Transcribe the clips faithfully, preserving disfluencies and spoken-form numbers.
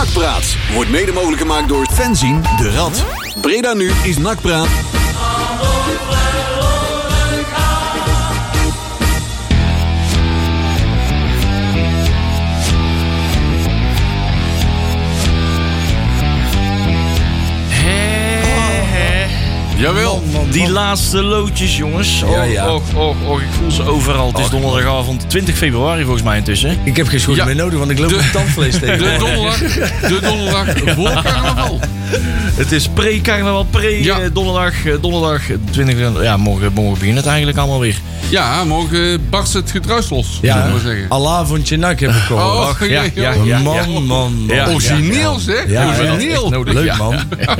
Nakpraat wordt mede mogelijk gemaakt door Fenzin de Rad. Breda nu is Nakpraat. Jawel. Man, man, man. Die laatste loodjes, jongens. Oh, Ja, ja. Och, och, och, ik voel ze overal. Het is Och, donderdagavond twintig februari volgens mij intussen. Ik heb geen schoenen Ja. meer nodig, want ik loop De- met tandvlees tegen. De donderdag, de donderdag voor carnaval. Het is pre-carnaval, Ja. pre-donderdag. Eh, donderdag twintig. Ja, morgen, morgen begint het eigenlijk allemaal weer. Ja, morgen barst het gedruis los, Ja, zullen we zeggen. alavondje nak heb ik gehoord. Oh, Och, ja, ja, ja, ja. man, man, man. Ja. Origineel, zeg. Ja, Origineel. nodig. Leuk, Ja. man.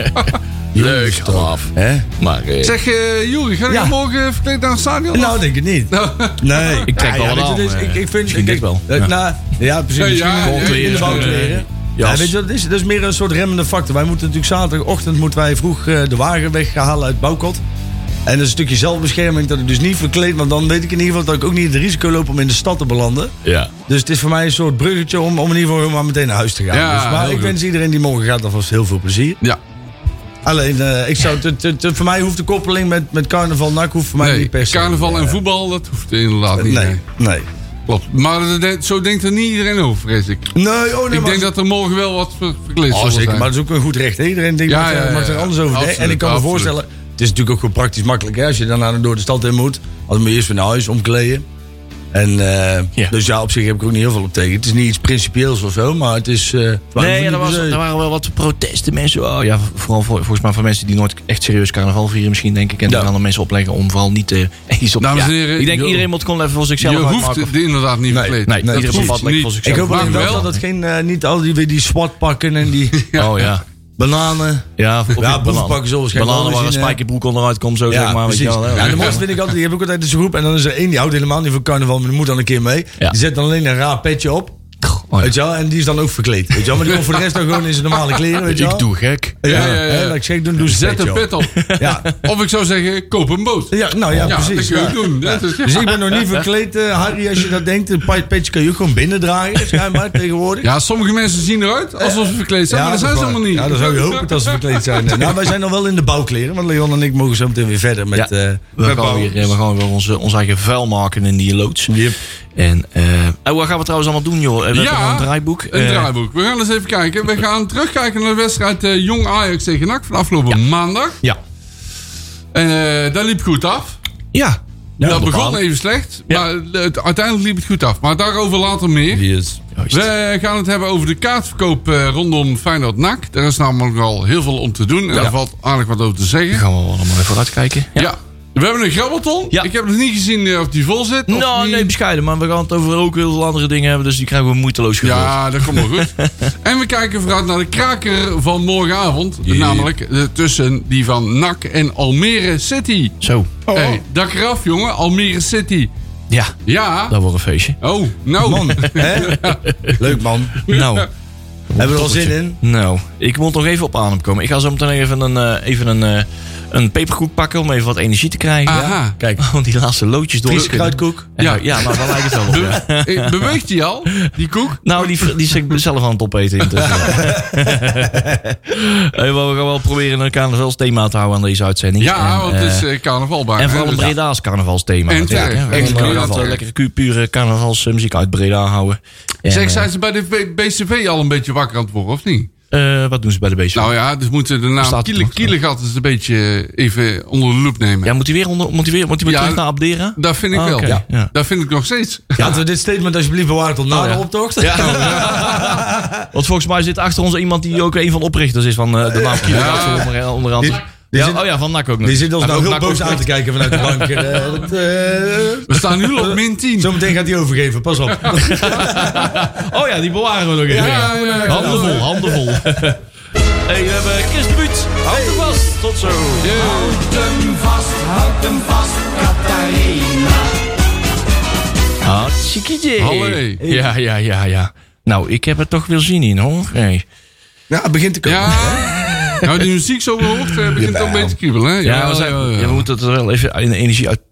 Leuk, Jongens, toch. af. Hè? Maar eh, Zeg, uh, Juri, ga je Ja. morgen verkleed naar het stadion? Nou, denk ik niet. Nou, Nee. Ik trek wel wat weet je, aan, dus eh, ik, ik vind... misschien ik, dit wel. eh, Ja. Nou, ja, precies. Ja, Misschien ja, gewoon ja, in de ja, boutkleren. ja. Ja, Jas. weet je, dat is, dat is meer een soort remmende factor. Wij moeten natuurlijk zaterdagochtend moeten wij vroeg uh, de wagen weghalen uit Bouwkot. En dat is een stukje zelfbescherming dat ik dus niet verkleed. Want dan weet ik in ieder geval dat ik ook niet het risico loop om in de stad te belanden. ja. Dus het is voor mij een soort bruggetje om, om in ieder geval maar meteen naar huis te gaan. Ja, dus, maar heel ik goed. wens iedereen die morgen gaat alvast heel veel plezier. ja. Alleen, uh, ik zou, t, t, t, voor mij hoeft de koppeling met, met carnaval nak hoeft voor mij Nee, niet per se. carnaval en uh, voetbal, dat hoeft inderdaad niet. Nee, Nee. nee. Klopt. Maar dat de- zo denkt er niet iedereen over, vrees ik. Nee, oh nee, Ik maar denk dat er morgen wel wat ver- verkleed Oh, zal zeker, zijn. maar dat is ook een goed recht. Hè? Iedereen denkt, Ja, mag, ja, ja, mag er ja. anders over denken. Absoluut, En ik kan me absoluut. voorstellen, het is natuurlijk ook gewoon praktisch makkelijk. Hè? Als je daarna door de stad in moet, dan moet je eerst weer naar huis omkleden. En, uh, Ja. Dus ja, op zich heb ik er ook niet heel veel op tegen. Het is niet iets principieels of zo, maar het is... Uh, Nee, ja, er, was, er waren wel wat protesten. Mensen, oh, ja, vooral voor, volgens mij voor mensen die nooit echt serieus carnaval vieren misschien, denk ik. En Ja. die gaan er mensen opleggen om vooral niet te... eens op, Dames en ja, heren, ik denk je- iedereen moet gewoon even voor zichzelf Je uitmaken. hoeft of- het inderdaad niet Nee, verkleed. Nee, Nee, iedereen precies. bevat lekker Niet. voor Ik zichzelf. hoop alleen Maar wel wel. dat het geen, uh, niet al die, weer die SWAT-pakken en die Oh ja. bananen... Ja, of Ja, die boevenpakken zullen waarschijnlijk bananen wel waar een zien, hè. spijkerbroek onderuit komt, zo zeg maar. Weet je precies. wel, hè. Ja, de mooiste vind ik altijd, die heb ik altijd in zijn groep. En dan is er één, die houdt helemaal niet van carnaval, maar die moet dan een keer mee. Ja. Die zet dan alleen een raar petje op. Oh, ja. Weet je wel? En die is dan ook verkleed. Weet je wel? Maar die komt voor de rest dan gewoon in zijn normale kleren. Weet je wel? Ik doe gek. Ja, Ja, ja, ja. hè, dat ik zeg, doen, doe Zet zijn een petje op. pet op. Ja. Of ik zou zeggen, koop een boot. Ja, nou ja, Ja, precies. dat kun je ja. ook doen. Dat is- Dus ik ben nog niet verkleed, uh, Harry, als je dat denkt. Een pa- petje kan je ook gewoon binnen dragen, schijnbaar, tegenwoordig. Ja, sommige mensen zien eruit alsof ze verkleed zijn, maar dat zijn ze is waar. helemaal niet. Ja, dan zou je hopen dat ze verkleed zijn. Nou, wij zijn nog wel in de bouwkleren, want Leon en ik mogen zo meteen weer verder met, Ja, uh, we, met gaan bouwen. weer, eh, we gaan weer onze, ons eigen vuil maken in die loods. Yep. En uh, oh, wat gaan we trouwens allemaal doen, joh? We hebben Ja, nog een draaiboek. Een Eh, draaiboek. We gaan eens even kijken. We gaan terugkijken naar de wedstrijd uh, Jong Ajax tegen N A C van afgelopen maandag. Ja. En uh, dat liep goed af. Ja. dat begon bepaald. even slecht, Ja. maar het, uiteindelijk liep het goed af. Maar daarover later meer. Yes. Juist. We gaan het hebben over de kaartverkoop uh, rondom Feyenoord-N A C. Daar is namelijk al heel veel om te doen. En Ja. daar valt aardig wat over te Daar zeggen. gaan we allemaal even vooruitkijken. Ja. We hebben een grabbelton. Ja. Ik heb nog niet gezien uh, of die vol zit. of Nou, niet. nee, bescheiden. Maar we gaan het over ook heel veel andere dingen hebben. Dus die krijgen we moeiteloos gevuld. Ja, dat komt wel goed. En we kijken vooruit naar de kraker van morgenavond. Jee. Namelijk uh, tussen die van N A C en Almere City. Zo. Oh, Hey, dak eraf, jongen. Almere City. Ja, Ja. dat wordt een feestje. Oh, nou. Man, hè? Leuk man. Nou. Hebben we er al zin in? Nou, ik moet nog even op adem komen. Ik ga zo meteen even een, uh, even een, uh, een peperkoek pakken om even wat energie te krijgen. Aha. Kijk, Want die laatste loodjes door. Friese kruidkoek. Ja, Ja. ja, nou, daar lijkt het wel op. Ja. Be- eh, beweegt hij al, die koek? Nou, die, die is ik zelf aan het opeten intussen. Hey, maar we gaan wel proberen een carnavalsthema te houden aan deze uitzending. Ja, En, want het eh, is uh, carnaval bij. en vooral een Dus- Breda's carnavalsthema. En natuurlijk, terecht. hè. We gaan Exclusief. inderdaad, eh, lekkere ku- pure carnavalsmuziek uit Breda houden. En, Zeg, eh, zijn ze bij de B- BCV al een beetje wakker aan het worden, of niet? eh, wat doen ze bij de beesten? Nou ja, dus moeten de naam Staat het Kiele, nog? Kielegat eens een beetje even onder de loep nemen. Ja, moet hij weer, onder, moet hij weer, moet hij weer Ja, terug naar Abdera? Dat vind ik Ah, wel. oké. Ja. Ja. Dat vind ik nog steeds. Laten we dit statement alsjeblieft bewaren tot na Oh, de ja. optocht. Ja. Want volgens mij zit achter ons iemand die ook een van de oprichters is van uh, de naam Kielegat. Ja. Onder, onder andere. Die- die Ja, zit- oh ja, van N A C ook nog. Die zit ons Hij nou heeft heel ook boos N A C aan te kijken vanuit de bank. Eh, dat, eh, We staan nu op min tien. Zometeen gaat hij overgeven, pas op. Oh ja, die bewaren we nog even. Ja, ja, ja. Handen vol, handen vol. Hey, we hebben Chris de Buut. Houd hem vast. Tot zo. Yeah. hem vast, houd hem vast, Catharina. Hartstikke idee. Hallo. Ja, ja, ja, ja. Nou, ik heb er toch weer zin in, hoor. Hey. Ja, het begint te komen. Ja. Nou, die muziek zo hoort, eh, begint het ook een beetje te kriebelen. Hè? Ja, we, zijn, ja, we moeten het er wel even in de energie uit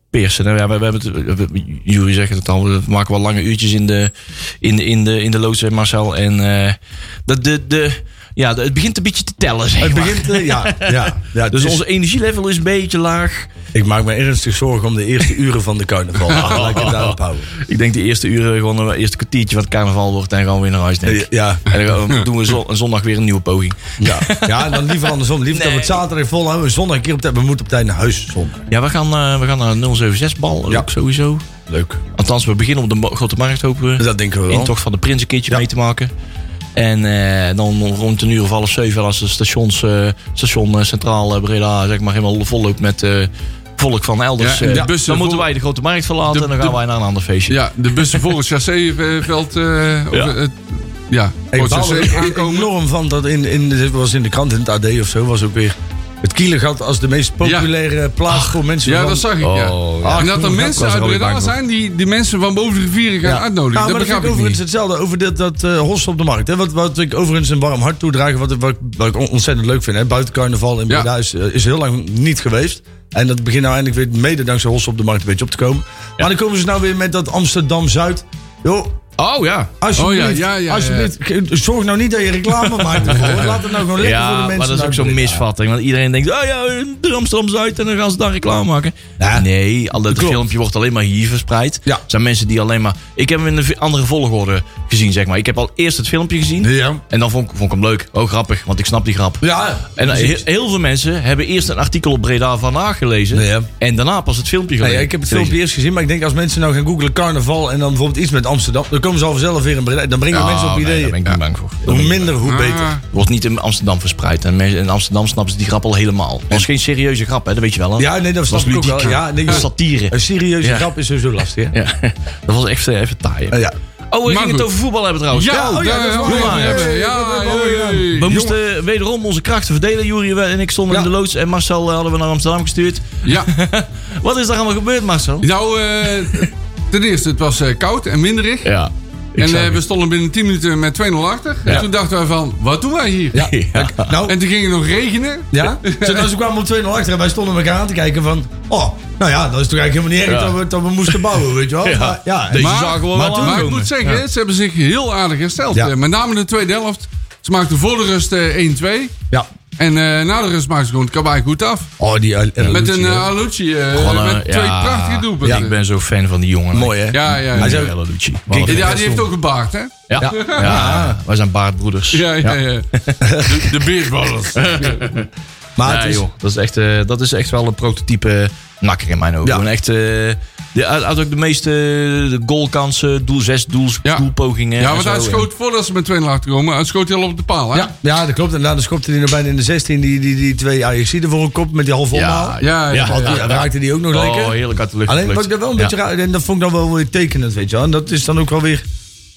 persen. Nou, ja, we, we hebben het, we, Jury zegt het al, we maken wel lange uurtjes in de, in de, in de, in de loods, Marcel. En uh, de, de, de, ja, de, het begint een beetje te tellen, zeg Het maar. begint, uh, ja, ja, ja. Dus het is- onze energielevel is een beetje laag. Ik maak me ernstig zorgen om de eerste uren van de carnaval. Laat ik het daarop houden. Ik denk de eerste uren, gewoon een eerste kwartiertje van het carnaval wordt en gaan we weer naar huis, denk ik. Ja, En dan gaan we- doen we zo, een zondag weer een nieuwe poging. ja. ja, en dan liever andersom. Liever dat we het zaterdag volhouden. Zondag een keer op tijd. We moeten op tijd naar huis zondag. Ja, we gaan, uh, we gaan naar een nul zeven zes bal, Ja. ook sowieso. Leuk. Althans, we beginnen op de Mo- Grote Markt, hopen we. Dat denken we wel. Intocht van de Prins een keertje Ja. mee te maken. En uh, dan rond een uur of half zeven, als de stations, uh, station uh, Centraal uh, Breda zeg maar helemaal vol loopt met uh, volk van elders. Ja, en de uh, bussen dan moeten vol- wij de Grote Markt verlaten De- en dan gaan de- wij naar een ander feestje. Ja, de bussen voor het chasséveld. Uh, Ja. ja. ja, Ik voor het baal er chassé ook aankomen. enorm van dat in, in, dit was in de krant, in het A D of zo, was ook weer het Kielengat als de meest populaire plaats voor mensen. Ja, van, dat zag ik, ja. Oh, ja. En dat er Ach, mensen was er uit alweer Breda bang voor. zijn die, die mensen van boven de rivieren gaan Ja. uitnodigen. Ja, dat maar dat begrijp vind ik ik overigens niet. hetzelfde over dit, dat uh, Hos op de markt. Hè? Wat, wat ik overigens een warm hart toedraag, wat, wat, wat ik on- ontzettend leuk vind. Hè? Buiten carnaval in Ja. Breda is, uh, is heel lang niet geweest. En dat begint nou eindelijk weer mede dankzij Hos op de markt een beetje op te komen. Maar dan komen ze nou weer met dat Amsterdam-Zuid. Joh, Oh ja. alsjeblieft, Oh ja, ja, ja, ja. alsjeblieft. Zorg nou niet dat je reclame maakt ervoor. Laat het nou gewoon lekker voor de Ja, mensen. maar dat is ook uit zo'n Breda. misvatting. Want iedereen denkt, oh ja, de Amsterdam-Zuid en dan gaan ze daar reclame maken. Ja. Nee, al dat Klopt. filmpje wordt alleen maar hier verspreid. Ja. Er zijn mensen die alleen maar... Ik heb hem in een andere volgorde gezien, zeg maar. Ik heb al eerst het filmpje gezien. Ja. En dan vond ik, vond ik hem leuk. Oh, grappig, want ik snap die grap. Ja, En precies. heel, heel veel mensen hebben eerst een artikel op Breda vandaag gelezen. Ja. En daarna pas het filmpje Nee, gelezen. ja, ik heb het filmpje eerst gezien, maar ik denk als mensen nou gaan googlen carnaval en dan bijvoorbeeld iets met Amsterdam, dan komen ze al vanzelf weer in Breda. Dan brengen mensen op Nee, ideeën. daar ben ik niet bang voor. Hoe minder, hoe beter. Ah, Het wordt niet in Amsterdam verspreid. En mensen in Amsterdam snappen ze die grap al helemaal. Dat is geen serieuze grap, hè? Dat weet je wel. Hè? Ja, nee, dat snap ik ook wel. ludiek. Ja, nee, Dat is satire. een serieuze Ja. grap is sowieso lastig. Hè? Ja, dat was echt eh, even taai. hè. Uh, ja. Oh, we Maar gingen het goed. over voetbal hebben trouwens. ja, oh ja, daar dat is gaan we waar. het Ja, hebben. ja, Ja, dat hebben we ja, al ja, ja. We moesten wederom onze krachten verdelen. Jury en ik stonden Ja. in de loods. En Marcel eh, hadden we naar Amsterdam gestuurd. Ja, Wat is daar allemaal gebeurd, Marcel? nou, eh, ten eerste, het was eh, koud en winderig. Ja. En eh, we stonden binnen tien minuten met twee nul achter. Ja. En toen dachten wij van, wat doen wij hier? Ja. Ja. Nou, En toen ging het nog regenen. ja. Zo, nou, ze kwamen op twee nul achter en wij stonden elkaar aan te kijken van... Oh, nou ja, dat is toch eigenlijk helemaal niet erg Ja. dat, we, dat we moesten bouwen, weet je wel. Ja. Maar, ja, Deze maar- zagen we wel maar, al maar ik aankomen. moet zeggen, Ja. ze hebben zich heel aardig hersteld. Ja. Eh, met name in de tweede helft. Ze maakten voor de rust eh, één twee. ja. En eh, na de rust maakten ze gewoon het kabij goed af. Oh, die El- El- Met Lucci, een hè. uh, Alucci. eh, Gewoon, eh, met twee ja. prachtige doelpunten. Ik ben zo fan van die jongen. Mooi, hè? Ja, ja. Hij Ja, zei- Ja, Lucci. Kijk, ja, die heeft ook een baard, hè? Ja. Ja. Wij zijn baardbroeders. Ja, ja, ja. De, de Beardbrothers. Maar Ja, het is, joh, dat is, echt, eh, dat is echt wel een prototype nakker in mijn ogen. Ja. Gewoon echt, eh, die had had ook de meeste de goalkansen, doel zes doels, Ja. doelpogingen. Ja, en want zo. hij schoot voordat ze met twee nul achterkomen. Hij schoot heel op de paal, hè? ja, ja, dat klopt. En daarna schopte hij nog bijna in de zestien die, die, die twee Ajaxiden voor een kop met die half omhaal. Ja, Ja, ja. Ja. Want die raakte die ook nog Oh, lekker. heerlijk uit de lucht Alleen wat geplukt. ik daar wel een Ja. beetje raar... En dat vond ik dan wel weer tekenend, weet je wel. En dat is dan ook wel weer...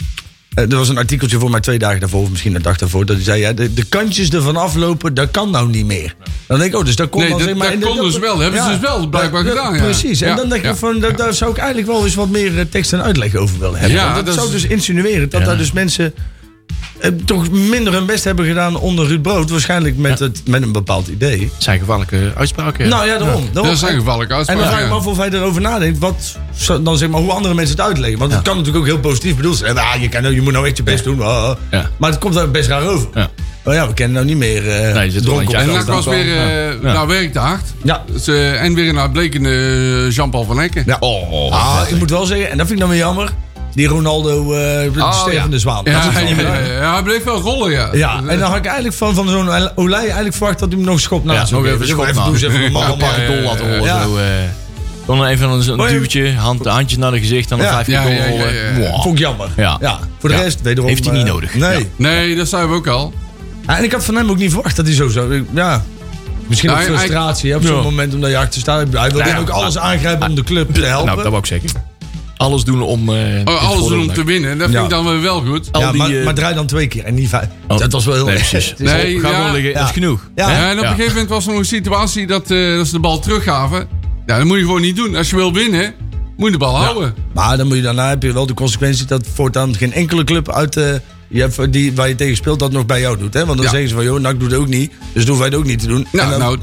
eh, Er was een artikeltje voor mij twee dagen daarvoor, of misschien een dag daarvoor. Dat hij zei, ja, de, de kantjes ervan aflopen, dat kan nou niet meer. Dan denk ik, oh, dus dat kon Nee, dan dat- zeg maar... dat in de- kon dus wel. Hebben ze dus wel blijkbaar dat- gedaan, ja. Precies. En Ja, dan denk ja. ik van, dat, daar zou ik eigenlijk wel eens wat meer eh, tekst en uitleg over willen hebben. Ja, Want dat, dat zou is- dus insinueren dat Ja. daar dus mensen... eh, toch minder hun best hebben gedaan onder Ruud Brood. Waarschijnlijk met, het, met een bepaald idee. Het zijn gevaarlijke uitspraken. Nou ja, daarom. daarom. Dat zijn gevaarlijke En dan uitspraken. vraag ik me ja. af of hij erover nadenkt. Wat, zo- dan zeg maar, hoe andere mensen het uitleggen. Want het kan natuurlijk ook heel positief bedoeld zijn. Ah, je, kan, je moet nou echt je best doen. Ah, ah. Ja. Maar het komt daar best raar over. Ja. Maar ja, we kennen nou niet meer uh, Nee, je zit er wel eentje En Ja, dat dat was wel. weer eh Ja. nou, werk te hard. Ja. Dus, eh, en weer een uitblekende eh, Jean-Paul van Hekken. Ja. Oh, Ah, ik moet wel zeggen, en dat vind ik dan weer jammer. Die Ronaldo, uh, Oh, stervende ja. zwaan. Ja, Dat is ja, het niet ja, meer. ja, hij bleef wel rollen, ja. Ja, en dan had ik eigenlijk van, van zo'n Olij eigenlijk verwacht dat hij hem nog een schop naast Ja, zou nog geven. even Dus schop even naast. doen, ze even een man Ja, op pak ja, een dol laten rollen. ja. Zo, eh. Dan even een, een Maar ja. duwtje, hand, handje naar de gezicht en dan Ja. vijf keer Ja, ja, doorrollen. ja, ja, ja. Wow. Vond ik jammer. Ja. Ja. Voor de Ja. rest, wederom... Heeft hij niet eh, nodig. Nee. Ja. Nee, dat zei we ook al. Ja, en ik had van hem ook niet verwacht dat hij zo zou... Ja, misschien ook Nou, hij- frustratie hè, op zo'n Ja. moment omdat je achter staat. Hij wil Ja, dan ook ja. alles aangrijpen om de club te helpen. Nou, dat wou ik zeggen. Alles doen om... eh, het Oh, alles voordeel doen om te te winnen. Dat Ja. vind ik dan weer wel goed. Al ja, die, maar, eh, maar draai dan twee keer en niet vijf. Oh. Dat was wel heel Nee, erg. precies. Het is- Nee, Ga ja. gewoon liggen, Ja. dat is genoeg. Ja. Hè? Ja, en op een gegeven moment was er nog een situatie dat, eh, dat ze de bal teruggaven. Ja, dat moet je gewoon niet doen. Als je wil winnen, moet je de bal houden. Maar dan moet je daarna heb je wel de consequentie dat voortaan geen enkele club uit de, je hebt, die, waar je tegen speelt dat nog bij jou doet. Hè? Want dan Ja. zeggen ze van, joh, N A C doet het ook niet. Dus dan hoeven wij het ook niet te doen. Nou, en dan, nou,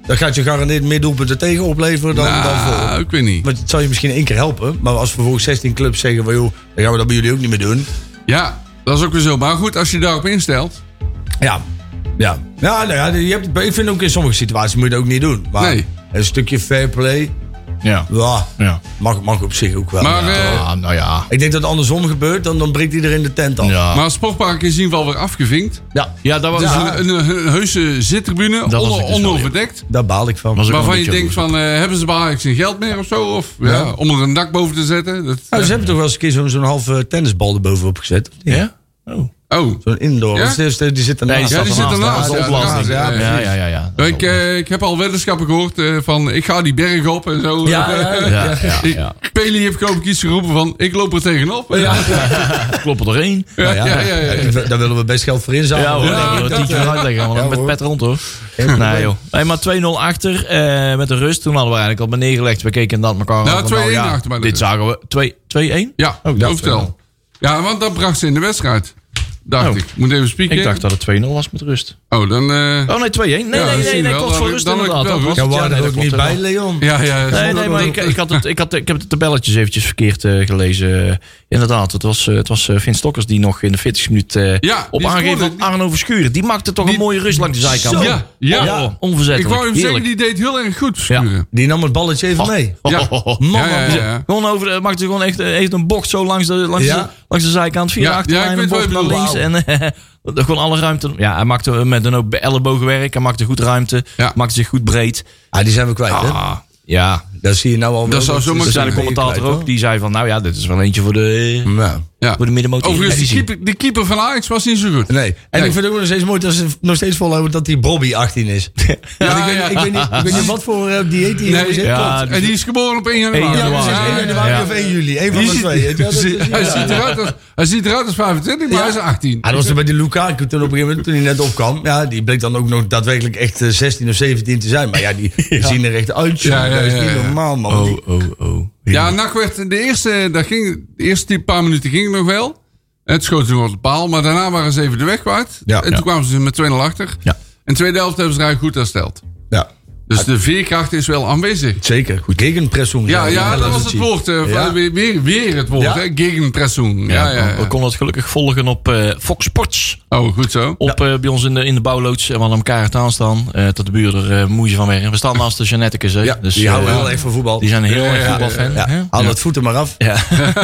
Dat gaat je garandeerd meer doelpunten tegen opleveren dan, Nou, dan voor. ik weet niet. Maar het zou je misschien één keer helpen. Maar als vervolgens zestien clubs zeggen van joh, dan gaan we dat bij jullie ook niet meer doen. Ja, dat is ook weer zo. Maar goed, als je daarop instelt. Ja. Ja. Ja, nou ja, je hebt, ik vind ook in sommige situaties moet je dat ook niet doen. Maar Nee. een stukje fair play, Ja. ja, Ja. mag, mag op zich ook wel. Maar, ja. eh, Ah, nou ja. Ik denk dat het andersom gebeurt, dan, dan breekt iedereen de tent af. Ja. maar het sportpark is in ieder geval weer afgevinkt. Ja, Ja, dat was... Dus Ja. een, een, een heuse zittribune, Dat was onder, ik dus wel, onderverdekt. daar baal ik van. Was ook wel Waarvan een je beetje denkt van, eh, hebben ze bij Ajax geen geld meer of zo? Of ja, Ja. om er een dak boven te zetten? Dat, Nou, ze hebben toch wel eens een keer zo'n zo'n halve tennisbal erbovenop gezet? of niet? Ja? Oh. oh, Zo'n indoor. Ja? Of is- Die zit Nee, ernaast. Ja, die zit ernaast, ernaast, dat is ja, de oplossing. ja, Ja, ja, ja, ja. ja, dat is ik, eh, ik heb al weddenschappen gehoord eh, van, ik ga die berg op en zo. Ja, ja, ja. Ja, ja, Ik- ja. Peli heeft geloof ik iets geroepen van, ik loop er tegenop. Ja, Kloppen erheen. ja, Nou ja. ja, ja. Daar willen we best geld voor inzamelen. Ja hoor, Ja, denk ik. dat, Tien keer eh, uitleggen, want ja, met hoor. pet rond hoor. Geen Nee probleem. joh. Hey, maar twee nul achter eh, met de rust. Toen hadden we eigenlijk al bij neergelegd. We keken dat elkaar Nou, aan van, twee-één ja, achter bij de dit rust. zagen we. twee twee-één? Ja, Oh, dat hoofdstel. Ja, want dat bracht ze in de wedstrijd. Dacht Oh. ik. Moet even spieken. Ik dacht dat het twee nul was met rust. Oh, dan... eh, Oh nee, twee-één. Nee, Ja, nee, dat zie nee, je nee, wel. kort Dan voor heb rust ik- dan heb ik inderdaad. wel Dat rust. Ja, was we het. waren Ja, er nee, ook dat niet klopt bij, Leon. ja, ja. Nee, nee, maar ik, ik, had het, ik, had, ik heb de tabelletjes eventjes verkeerd eh, gelezen. Eh, inderdaad, het was, eh, het was eh, Vince Stokkers die nog in de veertigste minuut eh, Ja, op die aangeven scoorde. van Arno Verschuren. Die maakte toch Die- een mooie rust langs de zijkant. Ja, ja. Oh, Ik onverzettelijk. wou even zeggen, Heerlijk. die deed heel erg goed Verschuren. Die nam het balletje even mee. Ja. Oh, Ja, ja, ja, ja. Gewoon over, de- maakte gewoon echt, echt een bocht zo langs de, langs Ja. de, langs de zijkant. Via Ja, de achterlijn, ja, ik een weet bocht wat je naar links. bedoelt. En eh, gewoon alle ruimte. Ja, hij maakte met dan ook ellebogenwerk. Hij maakte goed ruimte. Ja. Maakte zich goed breed. Ah, die zijn we kwijt, hè? Ah, ja. Dat zie je nou al. Dat zou zomaar Er zijn kunnen. de commentator ook. Die zei van, nou ja, dit is wel eentje voor de, Ja. Ja. voor de middenmotor. Overigens, die keeper, die keeper van Ajax was niet zo goed. Nee. En Nee. ik vind het ook nog steeds mooi dat ze nog steeds volhouden dat die Bobby achttien is. Ja, Want ik, weet, ja. ik, weet niet, ik weet niet wat voor uh, dieet die Nee, jongen zit. ja, klopt. En die is geboren op één januari. één Ja, januari. precies. één januari Ja. of één juli. Eén van Die de ziet- twee. Ja, dat is- hij, ja. ziet eruit als, hij ziet eruit als vijfentwintig, maar Ja. hij is achttien. Ah, dat was er bij die Lukaku toen op een gegeven moment, toen hij net opkwam. Ja, die bleek dan ook nog daadwerkelijk echt uh, zestien of zeventien te zijn. Maar ja, die, die zien er echt uit. Ja, ja, dat is ja, niet ja. normaal, man. Die- Oh, oh, oh. Ja, N A C werd de eerste, dat ging, de eerste paar minuten ging het nog wel. Het schoot toen op de paal, maar daarna waren ze even de weg kwijt. Ja. en toen Ja. kwamen ze met twee nul achter. Ja. En de tweede helft hebben ze eigenlijk goed hersteld. Ja, Dus de veerkracht is wel aanwezig. zeker. Goed. Gegenpressing. Ja, ja, dat is was het zie. woord. eh, Ja. weer, weer, weer het woord, Ja. hè? Gegenpressing. Ja, ja, ja. We konden het gelukkig volgen op eh, Fox Sports. Oh, goed zo. Op, eh, bij ons in de, in de bouwloods. En we hadden elkaar het aanstaan. eh tot de buren er uh, moe van werden. We staan naast de Geneticus. Hè? Ja, dus, die houden eh, heel erg van voetbal. Die zijn heel Ja, erg ja, voetbalfan. Ja, hè? haal het voeten maar af. Ja.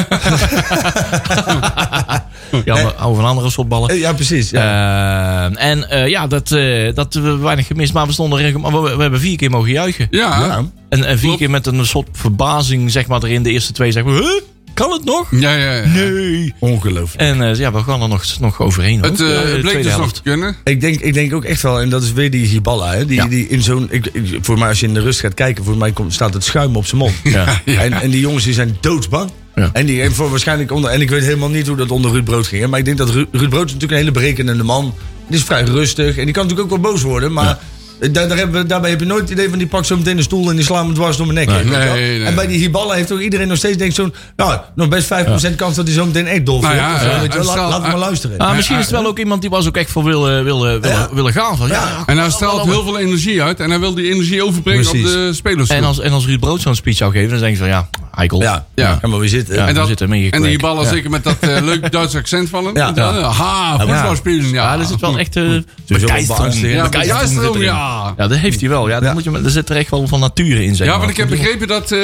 Ja, we houden van andere soort ballen. Eh, Ja, precies. Ja. Eh, en eh, ja, dat, eh, dat we weinig gemist. Maar we stonden erin. Maar we, we hebben vier keer mogen juichen. Ja, Ja. En, en vier Klopt. keer met een soort verbazing, zeg maar, erin. De eerste twee zeggen we, huh? Kan het nog? ja, ja. ja. Nee. Ongelooflijk. En eh, ja, we gaan er nog, nog overheen. Het hoor. eh, Ja, de bleek tweede dus nog helft. te kunnen. Ik denk, ik denk ook echt wel, en dat is weer die Hiballa, hè, die, Ja. die in zo'n. Ik, ik- voor mij, als je in de rust gaat kijken, voor mij komt, staat het schuim op zijn mond. Ja. En, en die jongens die zijn doodsbang. Ja. En die en voor waarschijnlijk onder. En ik weet helemaal niet hoe dat onder Ruud Brood ging. Hè, maar ik denk dat Ru- Ruud Brood is natuurlijk een hele berekenende man. Die is vrij rustig. En die kan natuurlijk ook wel boos worden. Maar daar, daar hebben we, daarbij heb je nooit het idee van die pakt zo meteen een stoel en die slaat me dwars door mijn nek. heen, weet je wel. nee, nee. En bij die Hiballa heeft ook iedereen nog steeds denkt zo'n. Nou, nog best vijf procent kans dat hij zo meteen echt dol Nou vindt. ja, of zo, ja. weet je wel. Hij Laat, straalt- laat hem maar luisteren. Ah, misschien is het wel ook iemand die was ook echt voor willen, willen, willen, Ja. willen gaan. Van, ja. En hij straalt heel veel energie uit. En hij wil die energie overbrengen Precies. op de spelers. En als, en als Ruud Brood zo'n speech zou geven, dan denk je van ja, eikel. Ja, Ja. ja. Ga maar weer zitten. Ja. en, dat, we zitten meegekweekt. en die ballen Ja. zeker met dat eh leuke Duitse accent van hem. Ja. Ja. Ha, voetbalspelen. Ja, Ja, dat zit wel echt uh, Sowieso begeistering. beangstigend. Ja, Begeistering begeistering, zit erin. ja. Ja, dat heeft hij wel. Ja, dan Ja. Moet je, er zit er echt wel van nature in, zeg Ja, maar. want ik heb begrepen dat, eh,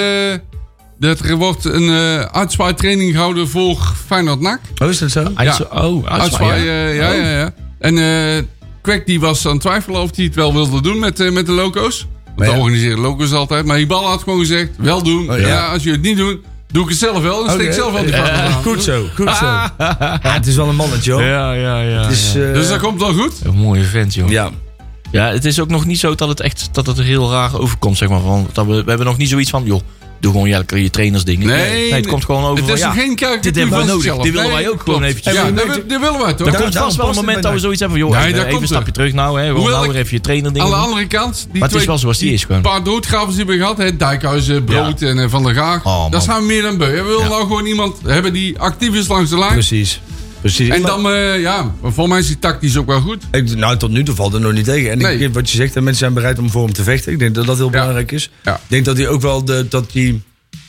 dat er wordt een uh, uitzwaaitraining gehouden voor Feyenoord N A C. Oh, is dat zo? Uitz- Ja. Oh, uitzwaai, Uitzwaai, ja. eh, ja, ja, ja. En eh Kwek die was aan het twijfelen of hij het wel wilde doen met, eh, met de loco's. Want Maar dat ja. organiseren loco's altijd. Maar die bal had gewoon gezegd, wel doen. Oh, ja. ja. als je het niet doet, doe ik het zelf wel. Dan steek ik Oké. zelf wel die vakken aan. Goed zo, goed zo. Ja, het is wel een mannetje, hoor. Ja, ja, ja. Het is, ja. eh, Dus dat komt wel goed. Een mooie vent, joh. Ja. ja. Het is ook nog niet zo dat het echt dat het er heel raar overkomt, zeg maar. Van, dat we, we hebben nog niet zoiets van, joh, doe gewoon je, je trainersdingen. Nee, het komt gewoon over Het van, is ja, geen karikatuur dit hebben van we nodig. zichzelf. Dit willen Nee, wij ook gewoon klopt. eventjes Ja, doen. dat, wi- dat willen wij toch? Er Ja, komt daarom vast wel een past het moment bij dat we mij. zoiets hebben van, joh, Nee, even, dat even komt een stapje er. terug nou. Hè, gewoon Hoewel nou ik- weer even je trainerdingen Aan de doen. andere kant, die Maar het is twee, wel zoals die is gewoon. paar doodgravers die we gehad hebben, Dijkhuizen, Brood en eh, Van der Gaag. Oh, man. dat zijn we meer dan beu. We willen nou gewoon iemand hebben die actief is langs de lijn. Precies. precies. En dan, uh, ja, voor mij is die tactisch ook wel goed. Ik, nou, tot nu toe valt er nog niet tegen. En Nee. ik, wat je zegt, de mensen zijn bereid om voor hem te vechten. Ik denk dat dat heel belangrijk is. Ja. Ik denk dat hij ook wel de, dat hij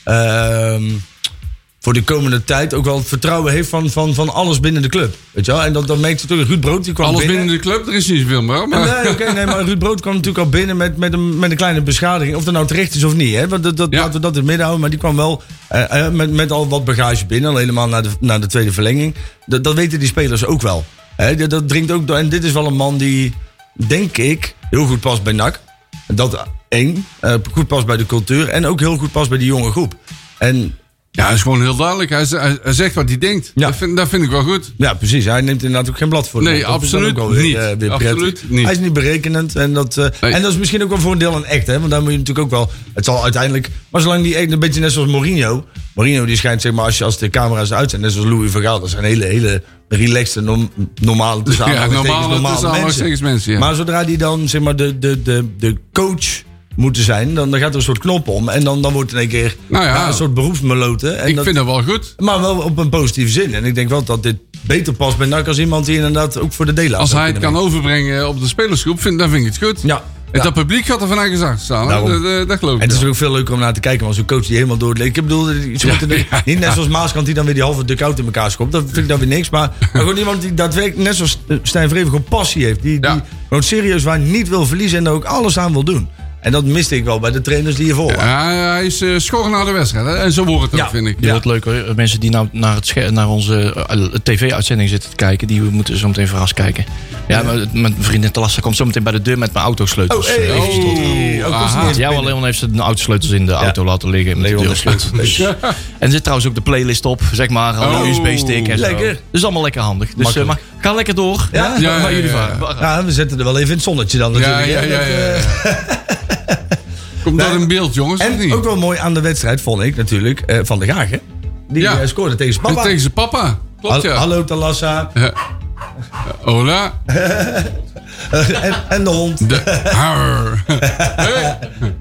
uh, voor de komende tijd ook wel het vertrouwen heeft van, van, van alles binnen de club. Weet je wel? En dat, dat merkte toch. Ruud Brood die kwam Alles binnen. binnen de club, er is niet zoveel meer. Maar... Nee, okay, nee, maar Ruud Brood kwam natuurlijk al binnen met, met, een, met een kleine beschadiging. Of dat nou terecht is of niet. Hè? Want dat, dat, Ja. Laten we dat in het midden houden. Maar die kwam wel uh, uh, met, met al wat bagage binnen. Al helemaal naar de, naar de tweede verlenging. Dat, dat weten die spelers ook wel. Hè? Dat, dat dringt ook door. En dit is wel een man die, denk ik, heel goed past bij N A C. Dat één, uh, goed past bij de cultuur. En ook heel goed past bij die jonge groep. En... Ja, dat is gewoon heel duidelijk. Hij, hij, hij zegt wat hij denkt. Ja. Dat, vind, dat vind ik wel goed. Ja, precies. Hij neemt inderdaad ook geen blad voor de Nee, mond. Dat is dan absoluut ook wel weer, niet. uh, weer Absoluut prettig. niet. Hij is niet berekenend. En dat, uh, Nee. en dat is misschien ook wel voor een deel een act. Hè? Want daar moet je natuurlijk ook wel... Het zal uiteindelijk... Maar zolang die act een beetje net zoals Mourinho... Mourinho die schijnt, zeg maar, als, je, als de camera's uit zijn... Net zoals Louis van Gaal. Dat zijn hele, hele relaxed, norm, normale... tussen Ja, aanhalingstekens, normale, tussen aanhalingstekens mensen, ja. Maar zodra die dan, zeg maar, de, de, de, de coach... moeten zijn, dan, dan gaat er een soort knop om. En dan, dan wordt het in één keer Nou ja. ja, een soort beroepsmelote. En Ik dat, vind dat wel goed. maar wel op een positieve zin. En ik denk wel dat dit beter past bij N A C als iemand die inderdaad ook voor de delen Als zou hij het kunnen kan overbrengen op de spelersgroep, vind, dan vind ik het goed. Ja. En Ja. dat publiek gaat er vanuit gezegd staan. hè? Daarom. Dat, dat, dat geloof ik. En het is wel. ook veel leuker om naar te kijken, want zo'n coach die helemaal doorleek. Ik bedoel, ze moeten er- niet net zoals Maaskant die dan weer die halve dugout in elkaar schopt. Dat vind ik dan weer niks. Maar, maar gewoon iemand die daadwerkelijk, net zoals Stijn Vreven, gewoon passie heeft. Die, die Ja. gewoon serieus waar niet wil verliezen en er ook alles aan wil doen. En dat miste ik wel bij de trainers die hiervoor waren. Ja, hij is uh, schor na de wedstrijd. Hè? En zo wordt het ook, Ja. vind ik. Je wordt leuk hoor. Mensen die nou naar, het scher- naar onze uh, tv-uitzending zitten te kijken, die moeten zo meteen verrast kijken. Ja, maar mijn vriendin Talassa komt zo meteen bij de deur met mijn autosleutels. Oh, hey. Uh, Oh, Oh, oh, aha. kost niet Ja, wel, Leon heeft zijn autosleutels in de auto laten liggen. Met Leon de is deursleutel. Dus- En er zit trouwens ook de playlist op, zeg maar. Al Oh, een U S B-stick en zo. lekker. Dus allemaal lekker handig. Dus uh, Makkelijk. maar ga lekker door. Ja? Ja, Maar ja, jullie ja, varen. Ja, we zetten er wel even in het zonnetje dan Ja, natuurlijk. ja, hè. ja, Dat, ja, eh, ja. Komt dat Nee. in beeld, jongens? of En niet? ook wel mooi aan de wedstrijd vond ik natuurlijk eh, Van der Gaag. Hè? Die Ja. eh, scoorde tegen zijn papa. Tegen zijn papa. Klopt, ja. Hallo Talassa. Hola. en, en de hond. De Har. Hey. Nee,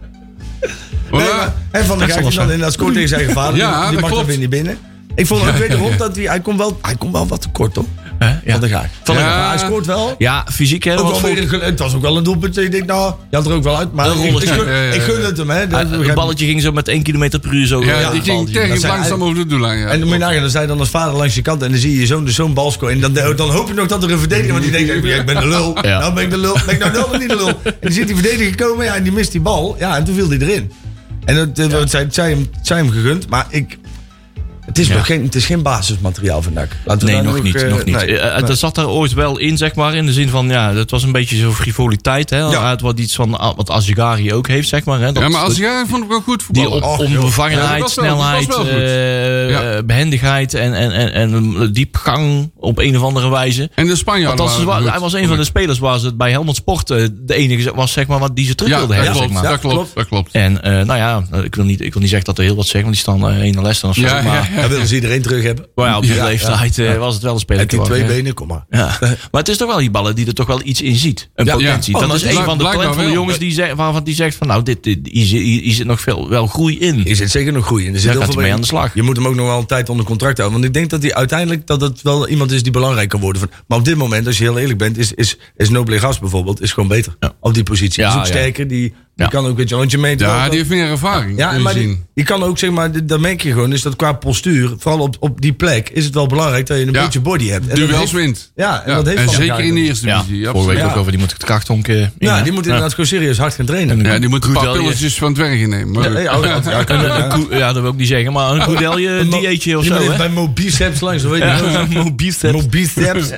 Hola. maar- en Van der Gaag die dan inderdaad scoort tegen zijn eigen vader. Ja, die die dat mag dan klopt. weer niet binnen. Ik vond ook wederom dat hij, hij komt wel, hij komt wel wat tekort hoor. Hè? Ja. Van der Gaag. Van der Ja. Maar hij scoort wel. Ja, fysiek hè. Ook Wat wel voor- weer een gel- het was ook wel een doelpunt. Ik denk, nou, je had er ook wel uit. Maar Een ik, ik, rolletje. gun, Ja, ja, ja. ik gun het hem. Hè. Dat Ah, begrijp het ik. balletje ging zo met één kilometer per uur zo. Ja, ja, die ging dat tegen zijn- langzaam over de doellijn. Ja. En dan moet je nagaan, dan sta je dan als vader langs je kant en dan zie je je zoon dus zo'n bal scoren. En dan, dan hoop je nog dat er een verdediger, want die denkt, ja, ik ben de lul. Ja. Nou ben ik de lul. Ben ik nou wel of niet de lul? En dan zit die verdediger komen, ja, en die mist die bal. Ja, en toen viel hij erin. En dat, dat, het zij, het zij hem, het zij hem gegund, maar ik... Het is, Ja. nog geen, het is geen basismateriaal van N A C. Laten we Nee, daar nog niet. eh, nog niet. nee, Eh, nee. Dat zat er ooit wel in, zeg maar. In de zin van, ja, dat was een beetje zo'n frivoliteit. Hè? Ja. Het was iets van ah, wat Azigari ook heeft, zeg maar. Hè? Dat, Ja, maar als dat- jij vond ik wel goed die voetballen. op, Och, joh. onbevangenheid, Ja, dat was wel- dat snelheid, was wel goed. eh, Ja. eh, behendigheid en, en, en, en diepgang op een of andere wijze. En de Spanjaarden Althans, waren wa- goed. hij was een van de spelers waar ze het bij Helmond Sport eh, de enige was, zeg maar, wat die ze terug Ja, wilden dat hebben. klopt, Zeg maar. dat klopt, dat klopt. En eh, nou ja, ik wil, niet, ik wil niet zeggen dat er heel wat zeggen, want die staan eh, één naar Leicester of zo. Ja, maar, ja, Hij wil ze iedereen terug hebben. maar ja, op die Ja, leeftijd ja, eh, ja. was het wel een speler. Heb die twee geworden, hè. benen, kom maar. Ja. Maar het is toch wel die ballen die er toch wel iets in ziet. Een Ja, potentie. ja. Dat Oh, is maar een het van de blijkt- talentvolle blijkbaar jongens die zegt, waarvan die zegt van nou, dit, dit, hier, zit- hier zit nog veel, wel groei in. Je zit zeker nog goed in. Er zit Daar heel gaat veel hij mee in. aan de slag. Je moet hem ook nog wel een tijd onder contract houden. Want ik denk dat hij uiteindelijk dat het wel iemand is die belangrijk kan worden. Maar op dit moment, als je heel eerlijk bent, is, is, is Noblegas bijvoorbeeld is gewoon beter. Ja. Op die positie. Ja, Die is ook ja. sterker. Die, die Ja. kan ook, weet je, want je meent wel Ja, dat- die heeft meer ervaring. ja, kun je maar die, zien. die kan ook, zeg maar, dat merk je gewoon, is dat qua postuur, vooral op, op die plek, is het wel belangrijk dat je een Ja. beetje body hebt. En dat Duels heeft- wint. Ja, en dat heeft Van der zeker Gaag in de ook. eerste Ja, divisie. vorige week absoluut. ook over die moet ik het krachthonken. Ja, die moet inderdaad gewoon serieus hard gaan trainen. Ja, die moet een paar Goedelje. pilletjes van het werk innemen. Maar Ja, goed. nee, oh, dat- ja, kan- ja. Ja, dat wil ik niet zeggen, maar een goedelje, een Mo- dieetje of Iemand zo, heeft hè? bij Mo Biceps langs, dat weet je Ja, wel. Mo Biceps. Mo Biceps.